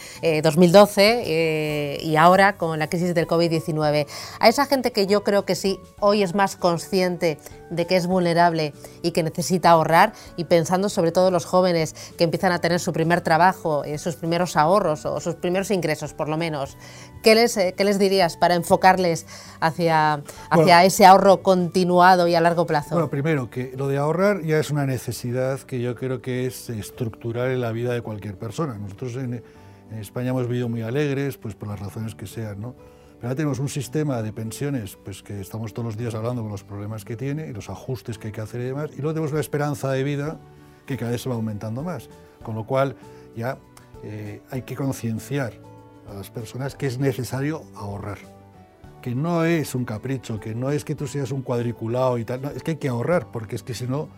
2012 y ahora con la crisis del COVID-19. A esa gente que yo creo que sí, hoy es más consciente de que es vulnerable y que necesita ahorrar, y pensando sobre todo en los jóvenes que empiezan a tener su primer trabajo, sus primeros ahorros o sus primeros ingresos por lo menos, ¿qué les dirías para enfocarles hacia ese ahorro continuado y a largo plazo? Bueno, primero, que lo de ahorrar ya es una necesidad que yo creo que es estructural en la vida de cualquier persona. Nosotros en España hemos vivido muy alegres, pues por las razones que sean, ¿no? Pero ahora tenemos un sistema de pensiones pues que estamos todos los días hablando con los problemas que tiene y los ajustes que hay que hacer y demás, y luego tenemos una esperanza de vida que cada vez se va aumentando más, con lo cual ya hay que concienciar a las personas que es necesario ahorrar, que no es un capricho, que no es que tú seas un cuadriculado y tal, no, es que hay que ahorrar, porque es que si no,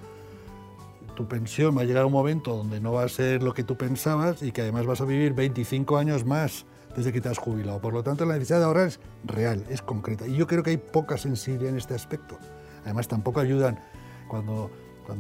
tu pensión va a llegar a un momento donde no va a ser lo que tú pensabas y que además vas a vivir 25 años más desde que te has jubilado. Por lo tanto, la necesidad de ahorrar es real, es concreta. Y yo creo que hay poca sensibilidad en este aspecto. Además, tampoco ayudan cuando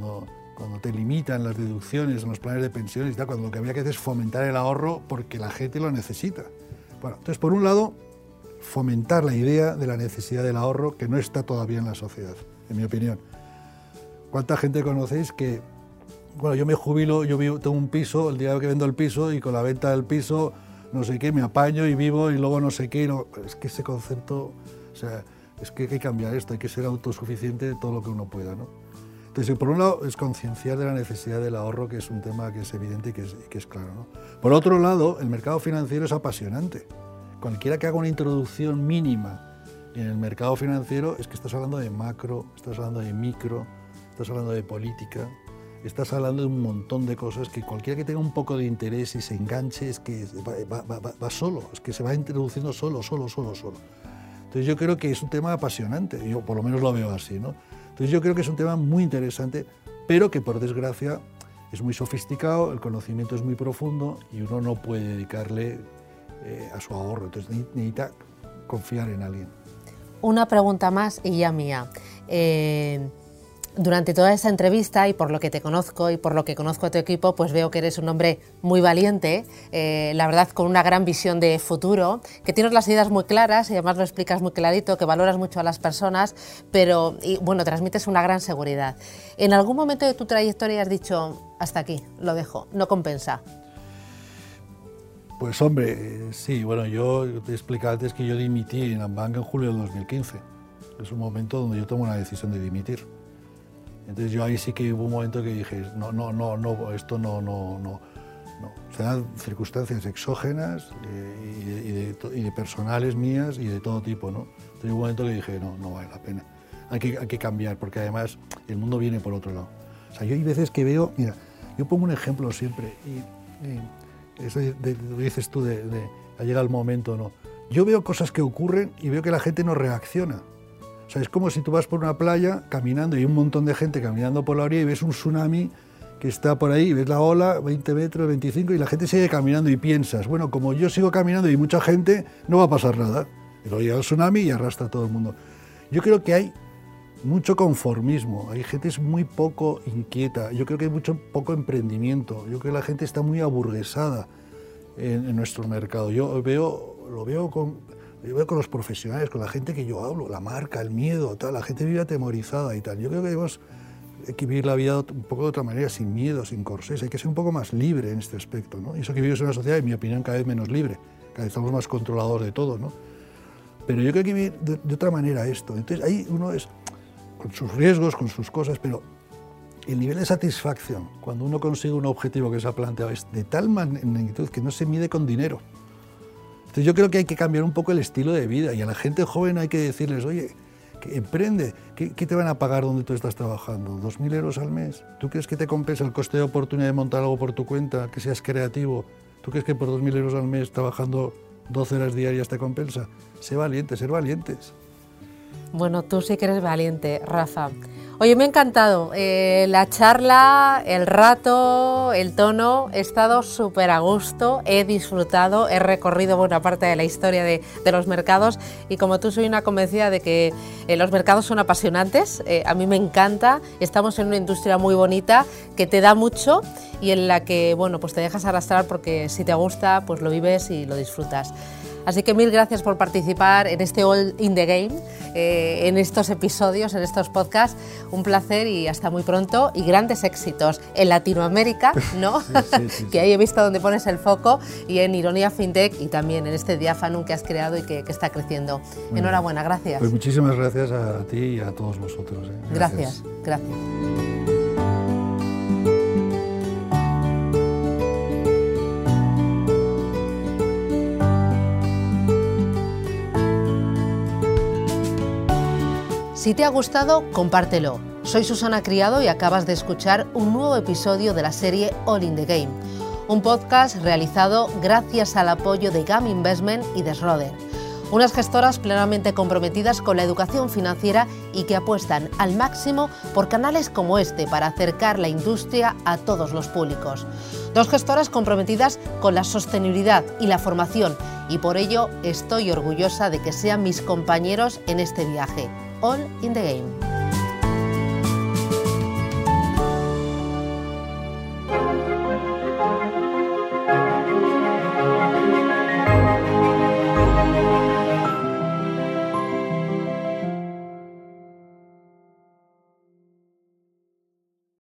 te limitan las deducciones en los planes de pensiones y tal, cuando lo que habría que hacer es fomentar el ahorro porque la gente lo necesita. Bueno, entonces, por un lado, fomentar la idea de la necesidad del ahorro, que no está todavía en la sociedad, en mi opinión. ¿Cuánta gente conocéis que, bueno, yo me jubilo, tengo un piso, el día que vendo el piso y con la venta del piso, no sé qué, me apaño y vivo y luego no sé qué, no, es que ese concepto, o sea, es que hay que cambiar esto, hay que ser autosuficiente de todo lo que uno pueda, ¿no? Entonces, por un lado, es concienciar de la necesidad del ahorro, que es un tema que es evidente y que es claro, ¿no? Por otro lado, el mercado financiero es apasionante. Cualquiera que haga una introducción mínima en el mercado financiero es que estás hablando de macro, estás hablando de micro, estás hablando de política, estás hablando de un montón de cosas que cualquiera que tenga un poco de interés y se enganche es que va solo, es que se va introduciendo solo. Entonces yo creo que es un tema apasionante, yo por lo menos lo veo así, ¿no? Entonces yo creo que es un tema muy interesante, pero que por desgracia es muy sofisticado, el conocimiento es muy profundo y uno no puede dedicarle a su ahorro, entonces necesita confiar en alguien. Una pregunta más y ya mía. Durante toda esta entrevista y por lo que te conozco y por lo que conozco a tu equipo, pues veo que eres un hombre muy valiente, la verdad con una gran visión de futuro, que tienes las ideas muy claras y además lo explicas muy clarito, que valoras mucho a las personas, pero bueno, transmites una gran seguridad. ¿En algún momento de tu trayectoria has dicho, hasta aquí, lo dejo, no compensa? Pues hombre, sí, bueno, yo te he explicado antes que yo dimití en Ambank en julio de 2015. Es un momento donde yo tomo una decisión de dimitir. Entonces yo ahí sí que hubo un momento que dije, no, esto no. Se dan circunstancias exógenas y de personales mías y de todo tipo, ¿no? Entonces hubo un momento que dije, no vale la pena. Hay que cambiar, porque además el mundo viene por otro lado. O sea, yo hay veces que veo, mira, yo pongo un ejemplo siempre, y eso lo dices tú, llega el momento, ¿no? Yo veo cosas que ocurren y veo que la gente no reacciona. O sea, es como si tú vas por una playa caminando y hay un montón de gente caminando por la orilla y ves un tsunami que está por ahí, ves la ola, 20 metros, 25, y la gente sigue caminando y piensas, bueno, como yo sigo caminando y hay mucha gente, no va a pasar nada. Y luego llega el tsunami y arrastra a todo el mundo. Yo creo que hay mucho conformismo, hay gente es muy poco inquieta, yo creo que hay poco emprendimiento, yo creo que la gente está muy aburguesada en nuestro mercado. Yo lo veo con los profesionales, con la gente que yo hablo, la marca, el miedo, tal, la gente vive atemorizada y tal. Yo creo que hay que vivir la vida un poco de otra manera, sin miedo, sin corsés, hay que ser un poco más libre en este aspecto, ¿no? Y eso que vivimos en una sociedad, en mi opinión, cada vez menos libre, cada vez estamos más controlados de todo, ¿no? Pero yo creo que hay que vivir de otra manera esto. Entonces ahí uno es, con sus riesgos, con sus cosas, pero el nivel de satisfacción, cuando uno consigue un objetivo que se ha planteado, es de tal magnitud que no se mide con dinero. Entonces yo creo que hay que cambiar un poco el estilo de vida y a la gente joven hay que decirles, oye, que emprende, ¿qué te van a pagar donde tú estás trabajando? ¿2.000 euros al mes? ¿Tú crees que te compensa el coste de oportunidad de montar algo por tu cuenta, que seas creativo? ¿Tú crees que por 2.000 euros al mes trabajando 12 horas diarias te compensa? Sé valiente, ser valientes. Bueno, tú sí que eres valiente, Rafa. Oye, me ha encantado la charla, el rato, el tono. He estado súper a gusto, he disfrutado, he recorrido buena parte de la historia de los mercados y como tú soy una convencida de que los mercados son apasionantes. A mí me encanta, estamos en una industria muy bonita que te da mucho y en la que, bueno, pues te dejas arrastrar porque si te gusta, pues lo vives y lo disfrutas. Así que mil gracias por participar en este All in the Game, en estos episodios, en estos podcasts. Un placer y hasta muy pronto y grandes éxitos en Latinoamérica, ¿no? Sí. Que ahí he visto donde pones el foco y en Ironía FinTech y también en este Diafanum que has creado y que está creciendo. Enhorabuena, gracias. Pues muchísimas gracias a ti y a todos vosotros. Gracias. Si te ha gustado, compártelo. Soy Susana Criado y acabas de escuchar un nuevo episodio de la serie All in the Game, un podcast realizado gracias al apoyo de GAM Investment y de Schroder, unas gestoras plenamente comprometidas con la educación financiera y que apuestan al máximo por canales como este para acercar la industria a todos los públicos. Dos gestoras comprometidas con la sostenibilidad y la formación y por ello estoy orgullosa de que sean mis compañeros en este viaje. All in the Game.